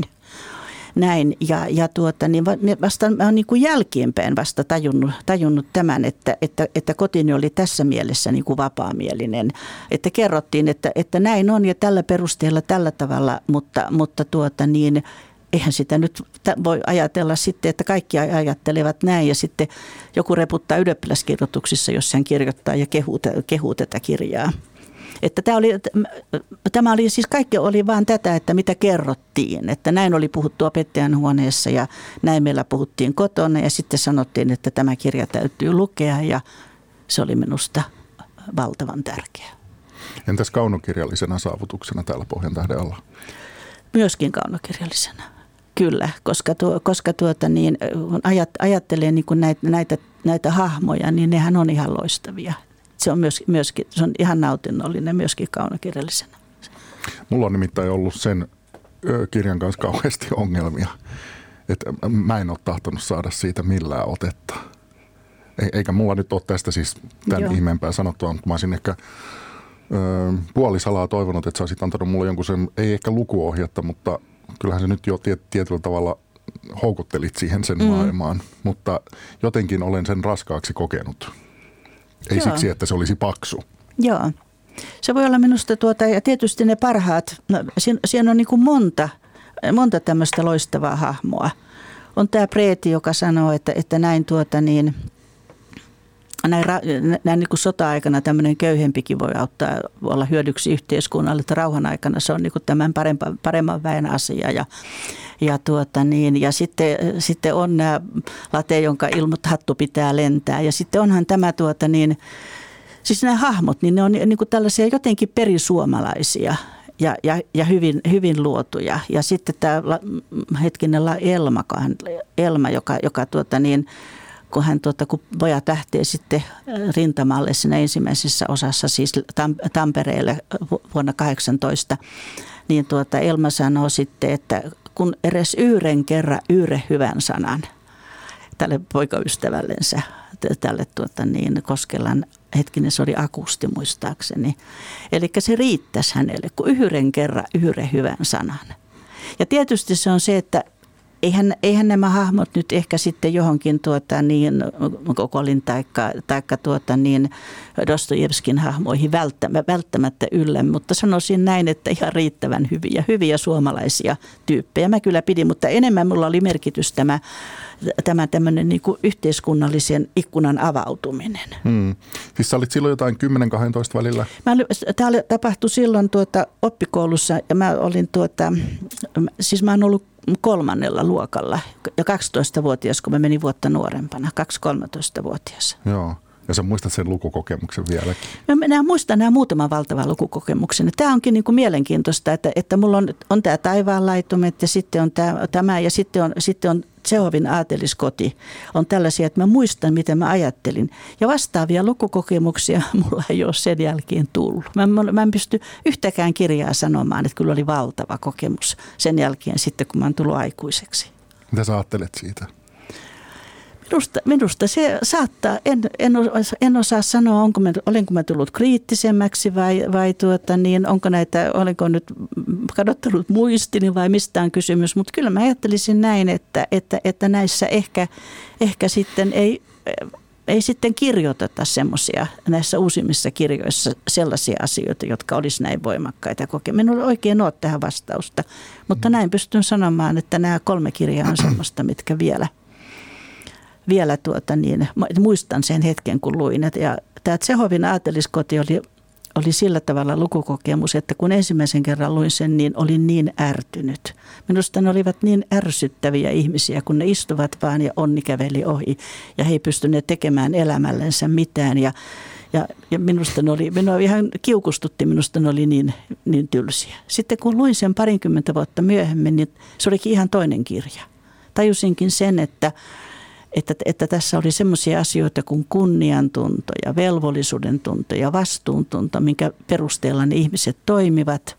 Mä oon niin kuin jälkeenpäin vasta tajunnut tämän, että kotini oli tässä mielessä niin kuin vapaamielinen. Että kerrottiin, että näin on ja tällä perusteella tällä tavalla, mutta eihän sitä nyt voi ajatella sitten, että kaikki ajattelevat näin ja sitten joku reputtaa ylioppilaskirjoituksissa, jos hän kirjoittaa ja kehuu tätä kirjaa. Että tämä oli siis kaikki oli vaan tätä, että mitä kerrottiin, että näin oli puhuttu opettajan huoneessa ja näin meillä puhuttiin kotona ja sitten sanottiin, että tämä kirja täytyy lukea ja se oli minusta valtavan tärkeä. Entäs kaunokirjallisena saavutuksena täällä Pohjantähden alla? Myöskin kaunokirjallisena, kyllä, koska ajattelee niin kuin näitä hahmoja, niin nehän on ihan loistavia. Se on ihan nautinnollinen myöskin kaunokirjallisena. Mulla on nimittäin ollut sen kirjan kanssa kauheasti ongelmia, että mä en ole tahtonut saada siitä millään otetta. Eikä mulla nyt ole tästä siis tämän ihmeempää sanottua, mutta mä olisin ehkä puolisalaa toivonut, että sä olisit antanut mulle jonkun sen, ei ehkä lukuohjetta, mutta kyllähän se nyt jo tietyllä tavalla houkuttelit siihen sen maailmaan, mutta jotenkin olen sen raskaaksi kokenut. Ei siksi, että se olisi paksu. Joo. Se voi olla minusta ja tietysti ne parhaat, siinä on niin kuin monta monta tämmöistä loistavaa hahmoa. On tämä Preeti, joka sanoo, että näin näin niin kuin sota-aikana tämmöinen köyhempikin voi olla hyödyksi yhteiskunnalle, että rauhan aikana se on niin kuin tämän paremman väen asia. Ja sitten on nämä late, jonka hattu pitää lentää. Ja sitten onhan tämä siis nämä hahmot, niin ne on niin kuin tällaisia jotenkin perisuomalaisia ja hyvin luotuja. Ja sitten tämä Elma, joka kun kun pojat lähtee sitten rintamalle siinä ensimmäisessä osassa, siis Tampereelle vuonna 18, niin Elma sanoo sitten, että kun edes yhden kerran hyvän sanan tälle poikaystävällensä, tälle Koskelan, hetkinen se oli Akusti muistaakseni. Eli se riittäisi hänelle, kun yhden kerran hyvän sanan. Ja tietysti se on se, että eihän nämä hahmot nyt ehkä sitten johonkin Kokolin taikka Dostojevskin hahmoihin välttämättä yllä, mutta sanoisin näin, että ihan riittävän hyviä suomalaisia tyyppejä. Mä kyllä pidin, mutta enemmän mulla oli merkitys tämä tämmöinen niin kuin yhteiskunnallisen ikkunan avautuminen. Siis sä olit silloin jotain 10-12 välillä? Tämä tapahtui silloin oppikoulussa ja mä olin siis mä oon ollut 3. luokalla ja 12-vuotias, kun mä menin vuotta nuorempana, 2-13-vuotias. Joo. Ja sä muistat sen lukukokemuksen vieläkin? Mä muistan nämä muutaman valtavan lukukokemuksen. Tämä onkin niin kuin mielenkiintoista, että mulla on tämä taivaanlaitumet ja sitten on tämä ja sitten on Tsehovin aateliskoti. On tällaisia, että mä muistan, miten mä ajattelin. Ja vastaavia lukukokemuksia mulla ei ole sen jälkeen tullut. Mä en pysty yhtäkään kirjaa sanomaan, että kyllä oli valtava kokemus sen jälkeen sitten, kun mä oon tullut aikuiseksi. Mitä sä ajattelet siitä? Minusta se saattaa, en osaa sanoa, olenko mä tullut kriittisemmäksi vai olenko nyt kadottanut muistini vai mistä on kysymys. Mutta kyllä mä ajattelisin näin, että näissä ehkä sitten ei sitten kirjoiteta semmoisia näissä uusimmissa kirjoissa sellaisia asioita, jotka olisi näin voimakkaita kokea. Minulla oikein ole tähän vastausta, mutta näin pystyn sanomaan, että nämä 3 kirjaa on semmoista, mitkä vielä muistan sen hetken, kun luin. Ja tämä Tsehovin aateliskoti oli sillä tavalla lukukokemus, että kun ensimmäisen kerran luin sen, niin olin niin ärtynyt. Minusta ne olivat niin ärsyttäviä ihmisiä, kun ne istuvat vaan ja onni käveli ohi. Ja he ei pystyneet tekemään elämällensä mitään. Ja minua ihan kiukustutti, minusta ne oli niin tylsiä. Sitten kun luin sen 20 vuotta myöhemmin, niin se olikin ihan toinen kirja. Tajusinkin sen, että tässä oli semmoisia asioita kuin kunniantunto ja velvollisuuden tunto ja vastuuntunto, minkä perusteella ne ihmiset toimivat,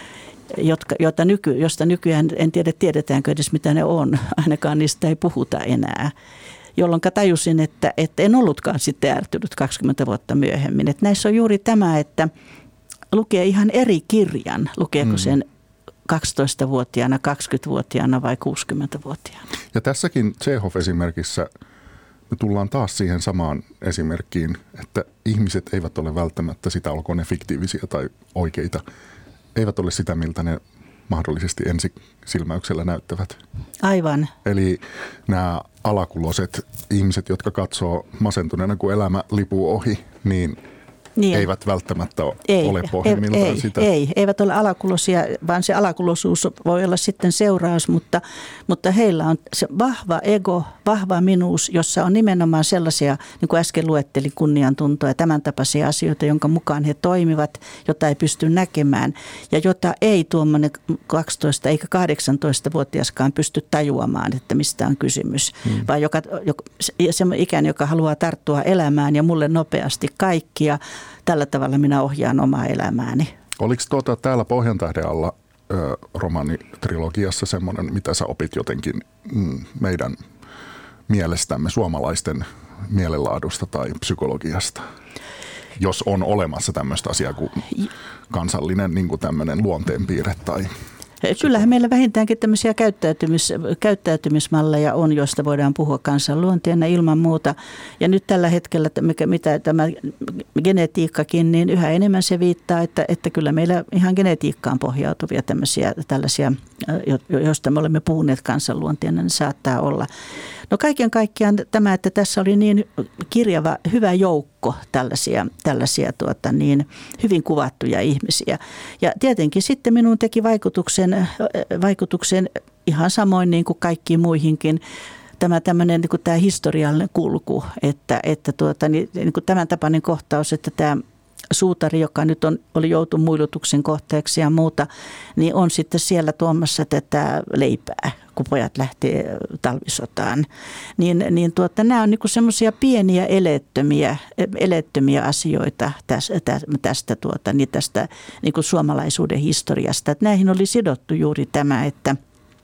josta nykyään en tiedä tiedetäänkö edes mitä ne on, ainakaan niistä ei puhuta enää. Jolloin tajusin, että en ollutkaan sitten ärtynyt 20 vuotta myöhemmin. Että näissä on juuri tämä, että lukee ihan eri kirjan, lukeeko sen 12-vuotiaana, 20-vuotiaana vai 60-vuotiaana. Ja tässäkin Tsehov-esimerkissä me tullaan taas siihen samaan esimerkkiin, että ihmiset eivät ole välttämättä sitä, olkoon ne fiktiivisiä tai oikeita, eivät ole sitä, miltä ne mahdollisesti ensisilmäyksellä näyttävät. Aivan. Eli nämä alakuloiset ihmiset, jotka katsoo masentuneena, kun elämä lipuu ohi, niin eivät välttämättä ole pohjimmiltaan sitä. Eivät ole alakuloisia, vaan se alakuloisuus voi olla sitten seuraus, mutta heillä on se vahva ego, vahva minuus, jossa on nimenomaan sellaisia, niin kuin äsken luettelin, kunniantuntoa ja tämän tapaisia asioita, jonka mukaan he toimivat, jota ei pysty näkemään ja jota ei tuommoinen 12 eikä 18-vuotiaskaan pysty tajuamaan, että mistä on kysymys. Vaan se ikäinen, joka haluaa tarttua elämään ja mulle nopeasti kaikkia. Tällä tavalla minä ohjaan omaa elämääni. Oliko täällä Pohjantähden alla romaanitrilogiassa semmoinen, mitä sä opit jotenkin meidän mielestämme suomalaisten mielenlaadusta tai psykologiasta? Jos on olemassa tämmöistä asiaa kuin kansallinen niin kuin tämmöinen luonteenpiirre tai... Kyllähän meillä vähintäänkin tämmöisiä käyttäytymismalleja on, joista voidaan puhua kansanluonteena ilman muuta. Ja nyt tällä hetkellä, mitä tämä genetiikkakin, niin yhä enemmän se viittaa, että kyllä meillä ihan genetiikkaan pohjautuvia tällaisia josta me olemme puhuneet kansanluonteena, niin saattaa olla. No kaiken kaikkiaan tämä, että tässä oli niin kirjava, hyvä joukko tällaisia hyvin kuvattuja ihmisiä. Ja tietenkin sitten minun teki vaikutuksen ihan samoin niin kuin kaikkiin muihinkin tämmöinen niin kuin tämä historiallinen kulku, että niin kuin tämän tapainen kohtaus, että tämä suutari, joka nyt oli joutunut muilutuksen kohteeksi ja muuta, niin on sitten siellä tuomassa tätä leipää, kun pojat lähtee talvisotaan. Nämä on niin semmoisia pieniä elettömiä asioita tästä niin kuin suomalaisuuden historiasta. Että näihin oli sidottu juuri tämä, että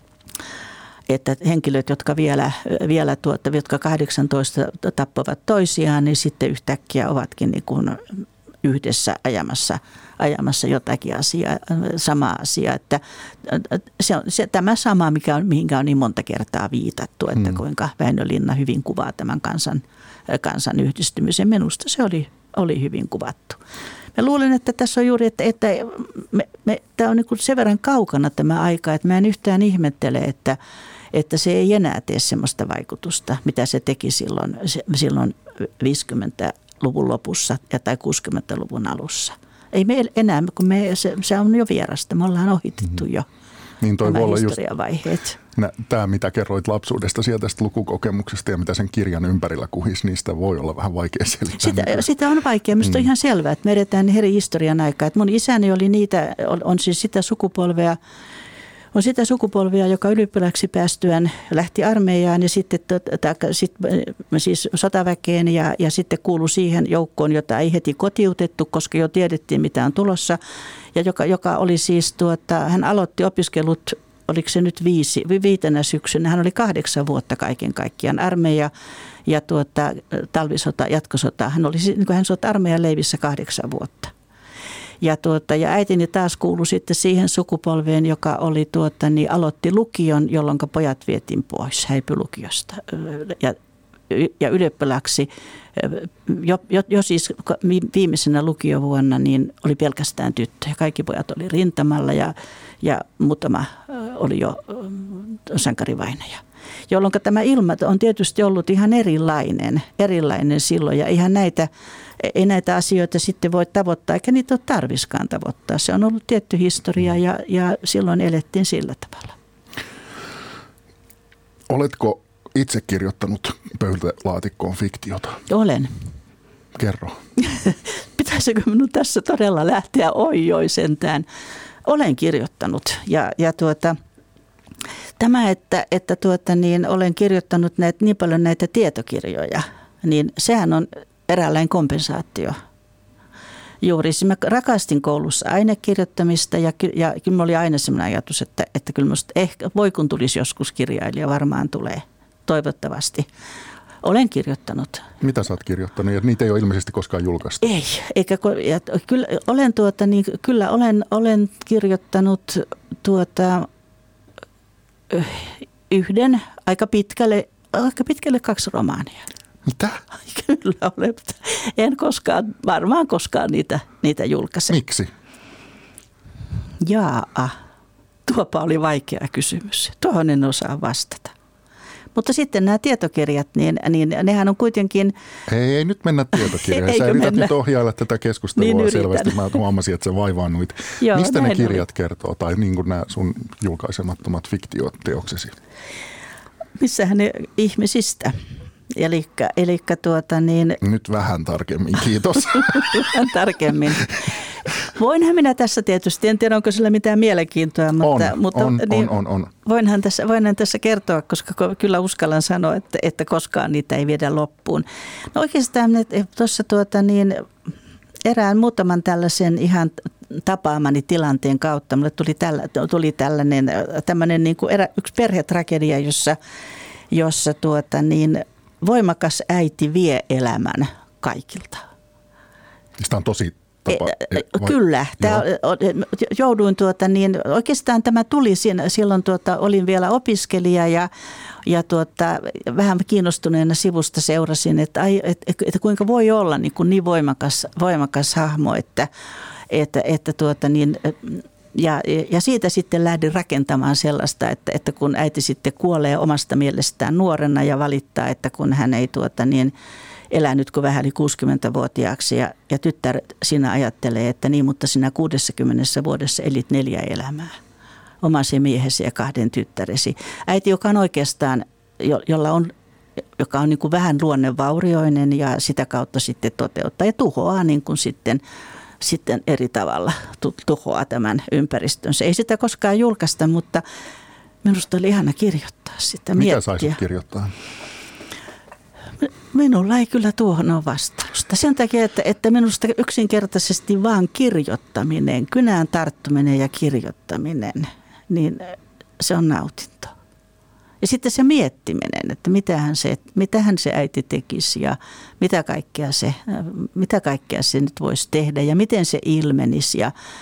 henkilöt, jotka jotka 18 tappavat toisiaan, niin sitten yhtäkkiä ovatkin niin kuin yhdessä ajamassa jotakin asiaa, samaa asiaa. Että se on tämä sama, mihinkä on niin monta kertaa viitattu, että kuinka Väinö Linna hyvin kuvaa tämän kansan yhdistymisen. Minusta se oli hyvin kuvattu. Mä luulen, että tässä on juuri, että tämä on niin kuin sen verran kaukana tämä aika, että mä en yhtään ihmettele, että se ei enää tee sellaista vaikutusta, mitä se teki silloin 50-luvun lopussa tai 60-luvun alussa. Ei me enää, kun se on jo vierasta, me ollaan ohitettu jo niin toi nämä historiavaiheet. Tämä, mitä kerroit lapsuudesta sieltä tästä lukukokemuksesta ja mitä sen kirjan ympärillä kuhisi, niistä voi olla vähän vaikea selittää. Sitä on vaikea. Minusta on ihan selvää, että me edetään eri historian aikaa. Että mun isäni oli on siis sitä sukupolvea, joka ylioppilaksi päästyään lähti armeijaan ja sitten siis sotaväkeen ja sitten kuului siihen joukkoon, jota ei heti kotiutettu, koska jo tiedettiin, mitä on tulossa. Ja joka oli siis, hän aloitti opiskelut, oliko se nyt 5 syksynä, hän oli 8 vuotta kaiken kaikkiaan armeija ja talvisota, jatkosota. Hän oli, niin kuin hän sota armeijan leivissä 8 vuotta. Ja äitini taas kuului sitten siihen sukupolveen, joka oli aloitti lukion, jolloin pojat vietiin pois häipylukiosta. Ja ylioppilaaksi jo siis viimeisenä lukiovuonna niin oli pelkästään tyttöjä. Kaikki pojat oli rintamalla ja muutama oli jo sankarivainaja. Jolloin tämä ilma on tietysti ollut ihan erilainen silloin ja ihan ei näitä asioita sitten voi tavoittaa, eikä niitä ole tarviskaan tavoittaa. Se on ollut tietty historia ja silloin elettiin sillä tavalla. Oletko itse kirjoittanut pöytälaatikkoon fiktiota? Olen. Kerro. Pitäisikö minun tässä todella lähteä sentään? Olen kirjoittanut tämä, että olen kirjoittanut niin paljon näitä tietokirjoja, niin sehän on eräänlainen kompensaatio. Juuri mä rakastin koulussa ainekirjoittamista ja kyllä mulla oli aina sellainen ajatus, että kyllä musta ehkä voi kun tulisi joskus kirjailija, varmaan tulee toivottavasti. Olen kirjoittanut. Mitä sä oot kirjoittanut? Ja niitä ei ole ilmeisesti koskaan julkaistu. Ei, eikä kyllä olen kirjoittanut yhden aika pitkälle 2 romaania. Mitä? Kyllä olen. En varmaan koskaan niitä julkaise. Miksi? Tuopa oli vaikea kysymys. Tuohon en osaa vastata. Mutta sitten nämä tietokirjat, niin nehän on kuitenkin... Ei nyt mennä tietokirjoihin. Sä yrität nyt ohjailla tätä keskustelua niin selvästi. Mä huomasin, että sä vaivaannuit. Mistä ne kirjat kertoo? Tai niin kuin nämä sun julkaisemattomat fiktioteoksesi? Missähän ne ihmisistä? Nyt vähän tarkemmin, kiitos. Vähän tarkemmin. Voinhan minä tässä tietysti, en tiedä onko sillä mitään mielenkiintoa, on. Voinhan tässä kertoa, koska kyllä uskallan sanoa, että koskaan niitä ei viedä loppuun. No oikeastaan tuossa erään muutaman tällaisen ihan tapaamani tilanteen kautta, mulle tuli tämmöinen niin kuin yksi perhetragedia, jossa voimakas äiti vie elämän kaikilta. Sitä on tosi tapa. Kyllä. Jouduin oikeastaan tämä tuli silloin olin vielä opiskelija ja vähän kiinnostuneena sivusta seurasin, että kuinka voi olla niin voimakas hahmo, että Ja siitä sitten lähdin rakentamaan sellaista, että kun äiti sitten kuolee omasta mielestään nuorena ja valittaa, että kun hän ei elänyt kuin vähän yli 60-vuotiaaksi ja tyttär siinä ajattelee, että niin, mutta sinä 60 vuodessa elit 4 elämää. Omasi miehesi ja 2 tyttäresi. Äiti, joka on oikeastaan, joka on niin kuin vähän luonnevaurioinen ja sitä kautta sitten toteuttaa ja tuhoaa niin kuin sitten eri tavalla tuhoaa tämän ympäristönsä. Ei sitä koskaan julkaista, mutta minusta oli ihana kirjoittaa sitä. Mitä saisit kirjoittaa? Minulla ei kyllä tuohon ole vastausta. Sen takia, että minusta yksinkertaisesti vaan kirjoittaminen, kynään tarttuminen ja kirjoittaminen, niin se on nautinto. Ja sitten se miettiminen, että mitähän se äiti tekisi ja mitä kaikkea se nyt voisi tehdä ja miten se ilmenisi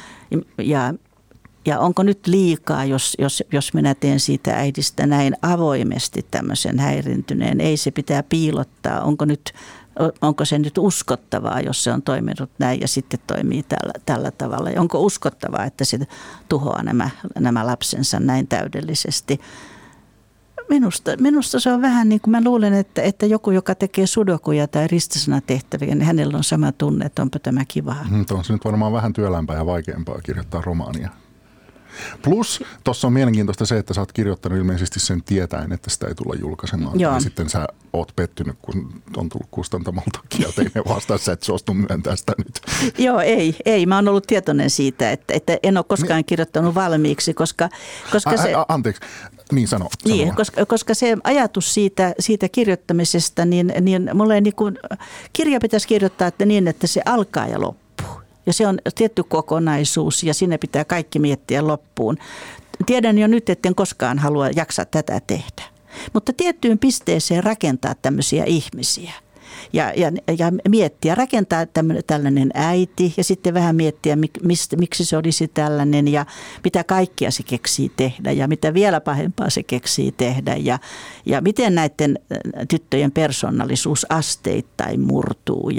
ja onko nyt liikaa, jos minä teen siitä äidistä näin avoimesti tämmöisen häirintyneen. Ei, se pitää piilottaa. Onko se nyt uskottavaa, jos se on toiminut näin ja sitten toimii tällä tavalla. Ja onko uskottavaa, että se tuhoaa nämä lapsensa näin täydellisesti. Minusta se on vähän niin kuin mä luulen, että joku, joka tekee sudokuja tai ristisanatehtäviä, niin hänellä on sama tunne, että onpa tämä kivaa. On se nyt varmaan vähän työlämpää ja vaikeampaa kirjoittaa romaania. Plus, tuossa on mielenkiintoista se, että sä oot kirjoittanut ilmeisesti sen tietäen, että sitä ei tulla julkaisemaan. Joo. Ja sitten sä oot pettynyt, kun on tullut kustantamolta kielteinen vastaus, sä et suostu myöntää sitä nyt. Joo, ei. Mä oon ollut tietoinen siitä, että en ole koskaan kirjoittanut valmiiksi, koska se... Anteeksi, niin sano. Niin, koska se ajatus siitä kirjoittamisesta, niin mulle niin kuin, kirja pitäisi kirjoittaa että niin, että se alkaa ja loppuu. Ja se on tietty kokonaisuus ja sinne pitää kaikki miettiä loppuun. Tiedän jo nyt, etten koskaan halua jaksaa tätä tehdä. Mutta tiettyyn pisteeseen rakentaa tämmöisiä ihmisiä ja miettiä, rakentaa tällainen äiti ja sitten vähän miettiä, miksi se olisi tällainen ja mitä kaikkia se keksii tehdä ja mitä vielä pahempaa se keksii tehdä ja miten näiden tyttöjen persoonallisuus asteittain murtuu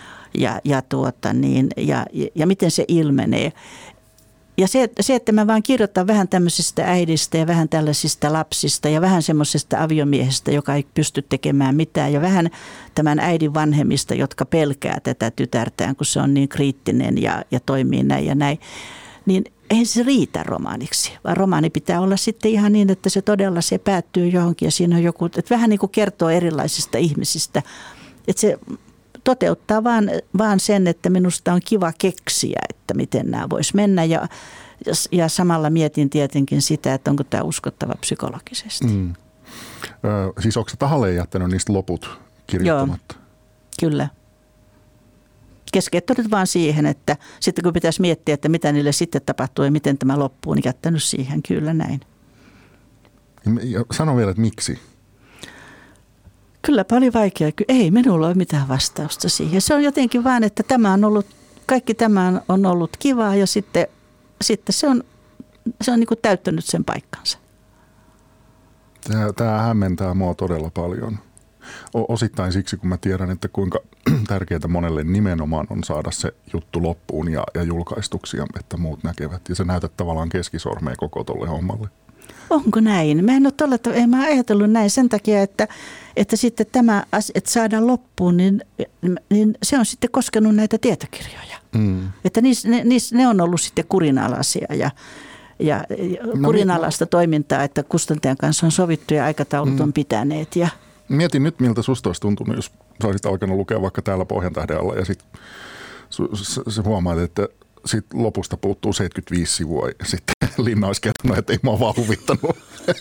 ja miten se ilmenee. Ja se, että mä vaan kirjoitan vähän tämmöisistä äidistä ja vähän tällaisista lapsista ja vähän semmoisesta aviomiehestä, joka ei pysty tekemään mitään ja vähän tämän äidin vanhemmista, jotka pelkää tätä tytärtään, kun se on niin kriittinen ja toimii näin ja näin, niin ei se riitä romaaniksi, vaan romaani pitää olla sitten ihan niin, että se todella se päättyy johonkin ja siinä on joku, että vähän niin kuin kertoo erilaisista ihmisistä, että se toteuttaa vaan sen, että minusta on kiva keksiä, että miten nämä vois mennä ja samalla mietin tietenkin sitä, että onko tämä uskottava psykologisesti. Siis onko sä tahalleen jättänyt niistä loput kirjoittamatta? Joo, kyllä. Keskittynyt vaan siihen, että sitten kun pitäisi miettiä, että mitä niille sitten tapahtuu ja miten tämä loppuu, niin jättänyt siihen kyllä näin. Ja sano vielä, että miksi? Kyllä paljon vaikeaa. Ei minulla ole mitään vastausta siihen. Se on jotenkin vaan, että kaikki tämä on ollut kivaa ja sitten se on niin kuin täyttänyt sen paikkansa. Tämä hämmentää mua todella paljon. Osittain siksi, kun mä tiedän, että kuinka tärkeää monelle nimenomaan on saada se juttu loppuun ja julkaistuksi, että muut näkevät. Ja sä näytät tavallaan keskisormea koko tolle hommalle. Onko näin? Mä en ole ajatellut näin sen takia, että sitten tämä, että saadaan loppuun, niin se on sitten koskenut näitä tietokirjoja. Että ne on ollut sitten kurinalaisia ja kurinalaista toimintaa, että kustantajan kanssa on sovittu ja aikataulut on pitäneet. Mietin nyt, miltä susta olisi tuntunut, jos sä olisit alkanut lukea vaikka täällä Pohjantähden alla ja sitten sä huomaat, että sitten lopusta puuttuu 75 sivua ja sitten Linna olisi kertonut, että ei mua vaan huvittanut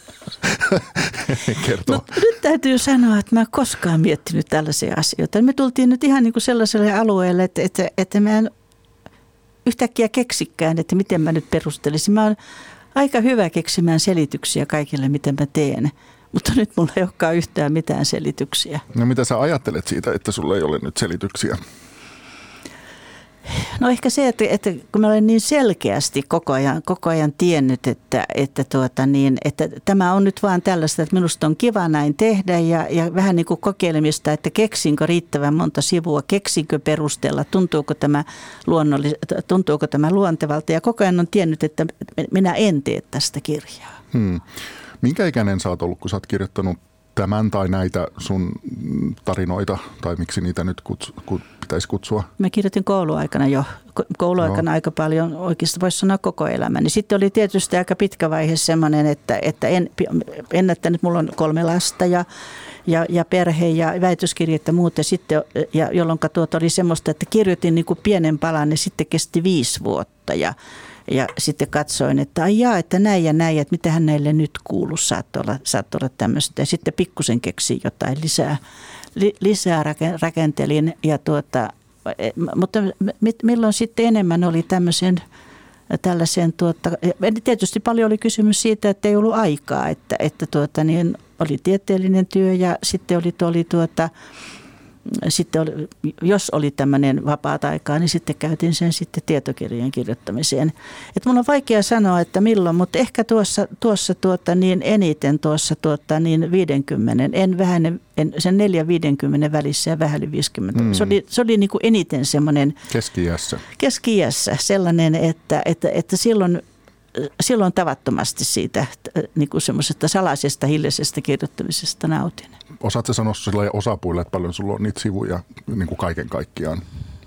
kertoa. No, nyt täytyy sanoa, että mä en koskaan miettinyt tällaisia asioita. Me tultiin nyt ihan niin kuin sellaiselle alueelle, että mä en yhtäkkiä keksikään, että miten mä nyt perustelisin. Mä oon aika hyvä keksimään selityksiä kaikille, miten mä teen. Mutta nyt mulla ei olekaan yhtään mitään selityksiä. No mitä sä ajattelet siitä, että sulla ei ole nyt selityksiä? No ehkä se, että kun mä olen niin selkeästi koko ajan tiennyt, että tämä on nyt vaan tällaista, että minusta on kiva näin tehdä ja vähän niin kuin kokeilemista, että keksinkö riittävän monta sivua, keksinkö perustella, tuntuuko tämä luontevalta ja koko ajan on tiennyt, että minä en tee tästä kirjaa. Minkä ikäinen sä oot ollut, kun sä oot kirjoittanut tämän tai näitä sun tarinoita, tai miksi niitä nyt pitäisi kutsua? Mä kirjoitin kouluaikana aika paljon, oikeastaan voisi sanoa koko elämäni. Sitten oli tietysti aika pitkä vaihe semmoinen, että ennättänyt, mulla on 3 lasta ja perhe ja väitöskirjat ja muut. Ja jolloin oli semmoista, että kirjoitin niin kuin pienen palan, niin sitten kesti 5 vuotta ja sitten katsoin, että että näin ja näin, että mitähän näille nyt kuuluu, saat olla tämmöistä. Ja sitten pikkusen keksin jotain lisää rakentelin. Ja mutta milloin sitten enemmän oli tällaisen, tietysti paljon oli kysymys siitä, että ei ollut aikaa, että oli tieteellinen työ ja sitten jos oli tämmöinen vapaata aikaa, niin sitten käytin sen sitten tietokirjojen kirjoittamiseen. Että mun on vaikea sanoa, että milloin, mutta ehkä tuossa eniten 50, sen 4-50 välissä ja vähän yli 50. Se oli niin kuin eniten semmoinen keski-iässä sellainen, että silloin tavattomasti siitä niin kuin semmoisesta salaisesta, hiljaisesta kirjoittamisesta nautin. Osaatko sanoa sillä osapuille, että paljon sulla on niitä sivuja niin kuin kaiken kaikkiaan?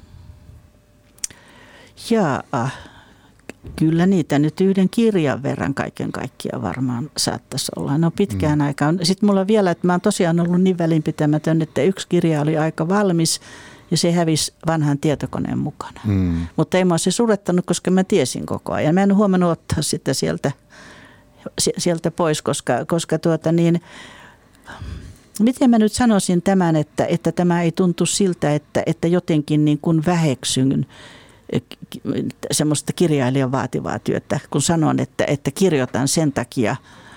Kyllä niitä nyt 1 kirjan verran kaiken kaikkiaan varmaan saattaisi olla. No pitkään aikaan. Sitten mulla on vielä, että mä oon tosiaan ollut niin välinpitämätön, että 1 kirja oli aika valmis ja se hävisi vanhan tietokoneen mukana. Mutta ei mä ole se surettanut, koska mä tiesin koko ajan. Mä en huomannut ottaa sitä sieltä pois, koska miten mä nyt sanoisin tämän, että tämä ei tuntu siltä, että jotenkin niin kuin väheksyn semmoista kirjailijan vaativaa työtä, kun sanon, että kirjoitan sen takia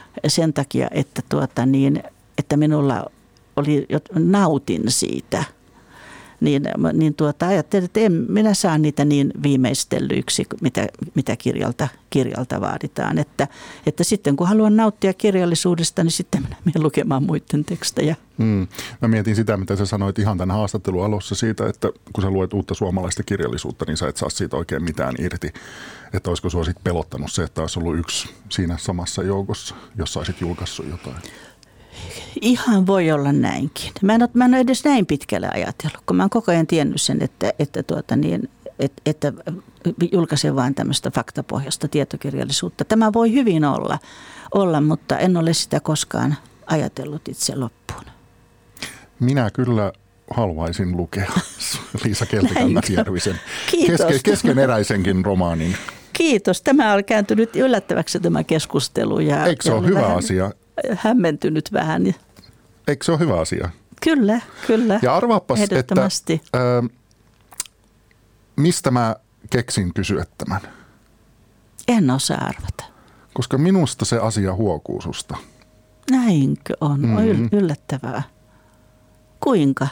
että minulla oli, nautin siitä. Niin ajattelin, että en minä saa niitä niin viimeistellyiksi, mitä kirjalta vaaditaan. Että sitten kun haluan nauttia kirjallisuudesta, niin sitten minä menen lukemaan muiden tekstejä. Mä mietin sitä, mitä sä sanoit ihan tämän haastattelun alussa siitä, että kun sä luet uutta suomalaista kirjallisuutta, niin sä et saa siitä oikein mitään irti. Että olisiko sua sitten pelottanut se, että olisi ollut 1 siinä samassa joukossa, jos saisit julkaissut jotain? Ihan voi olla näinkin. Mä en ole edes näin pitkälle ajatellut, kun mä oon koko ajan tiennyt sen, että julkaisen vain tämmöistä faktapohjaista tietokirjallisuutta. Tämä voi hyvin olla, mutta en ole sitä koskaan ajatellut itse loppuun. Minä kyllä haluaisin lukea Liisa Keltikangas-Järvisen keskeneräisenkin romaanin. Kiitos. Tämä on kääntynyt yllättäväksi tämä keskustelu. Eikö se ole hyvä asia? Hämmentynyt vähän. Eikö se ole hyvä asia? Kyllä. Ja arvaapas, että mistä mä keksin kysyä tämän? En osaa arvata. Koska minusta se asia huokuu susta. Näinkö on? On yllättävää. Kuinka?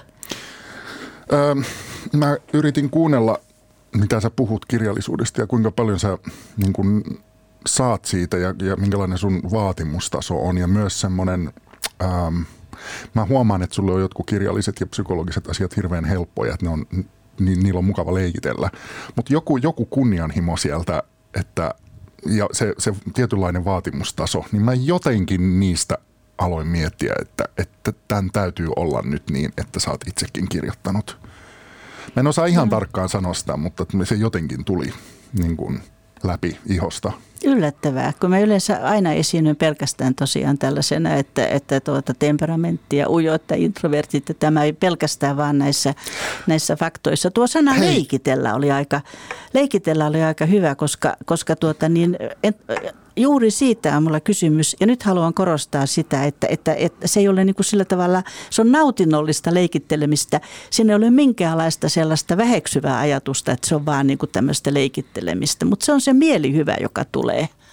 Mä yritin kuunnella, mitä sä puhut kirjallisuudesta ja kuinka paljon sä niin kun saat siitä ja minkälainen sun vaatimustaso on. Ja myös semmoinen, mä huomaan, että sulle on jotkut kirjalliset ja psykologiset asiat hirveän helppoja, että niillä on mukava leikitellä. Mutta joku kunnianhimo sieltä, ja se tietynlainen vaatimustaso, niin mä jotenkin niistä aloin miettiä, että tämän täytyy olla nyt niin, että sä oot itsekin kirjoittanut. Mä en osaa ihan tarkkaan sanoa sitä, mutta se jotenkin tuli niin kuin läpi ihosta. Yllättävää, kun mä yleensä aina esiinnyn pelkästään tosiaan tällaisena, että temperamentti ja ujoutta, introvertit, ja tämä ei pelkästään vaan näissä faktoissa. Tuo sana leikitellä oli aika hyvä, koska juuri siitä on mulla kysymys, ja nyt haluan korostaa sitä, että se ei ole niin kuin sillä tavalla, se on nautinnollista leikittelemistä. Siinä ei ole minkäänlaista sellaista väheksyvää ajatusta, että se on vaan niin kuin tämmöistä leikittelemistä, mutta se on se mielihyvä, joka tulee.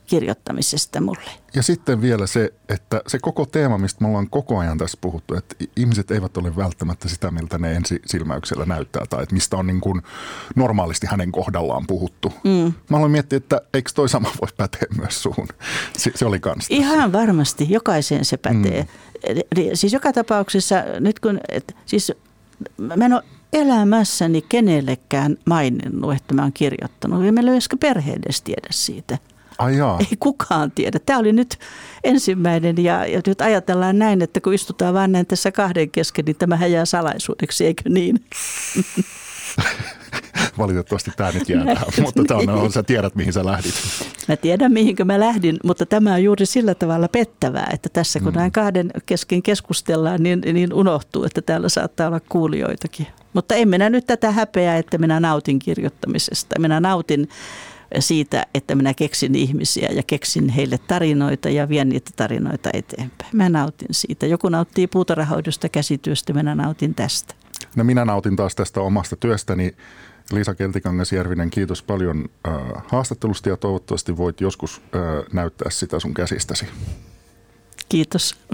kirjoittamisesta mulle. Ja sitten vielä se, että se koko teema, mistä me ollaan koko ajan tässä puhuttu, että ihmiset eivät ole välttämättä sitä, miltä ne ensisilmäyksellä näyttää tai että mistä on niin kuin normaalisti hänen kohdallaan puhuttu. Mä aloin miettiä, että eikö toi sama voi päteä myös suhun. Se oli kans. Ihan varmasti, jokaiseen se pätee. Siis joka tapauksessa nyt kun, siis mä en ole elämässäni kenellekään maininnut, että mä oon kirjoittanut. Ja meillä ei myöskään perhe edes tiedä siitä. Ai jaa. Ei kukaan tiedä. Tämä oli nyt ensimmäinen ja nyt ajatellaan näin, että kun istutaan vaan näin tässä kahden kesken, niin tämä jää salaisuudeksi, eikö niin? Valitettavasti tämä nyt jää tähän, mutta sä tiedät, mihin sä lähdit. Mä tiedän, mihinkö mä lähdin, mutta tämä on juuri sillä tavalla pettävää, että tässä kun näin kahden kesken keskustellaan, niin unohtuu, että täällä saattaa olla kuulijoitakin. Mutta en minä nyt tätä häpeää, että minä nautin kirjoittamisesta. Minä nautin siitä, että minä keksin ihmisiä ja keksin heille tarinoita ja vien niitä tarinoita eteenpäin. Mä nautin siitä. Joku nauttii puutarhahoidosta, käsityöstä, minä nautin tästä. No minä nautin taas tästä omasta työstäni. Liisa Keltikangas-Järvinen, kiitos paljon haastattelusta ja toivottavasti voit joskus näyttää sitä sun käsistäsi. Kiitos.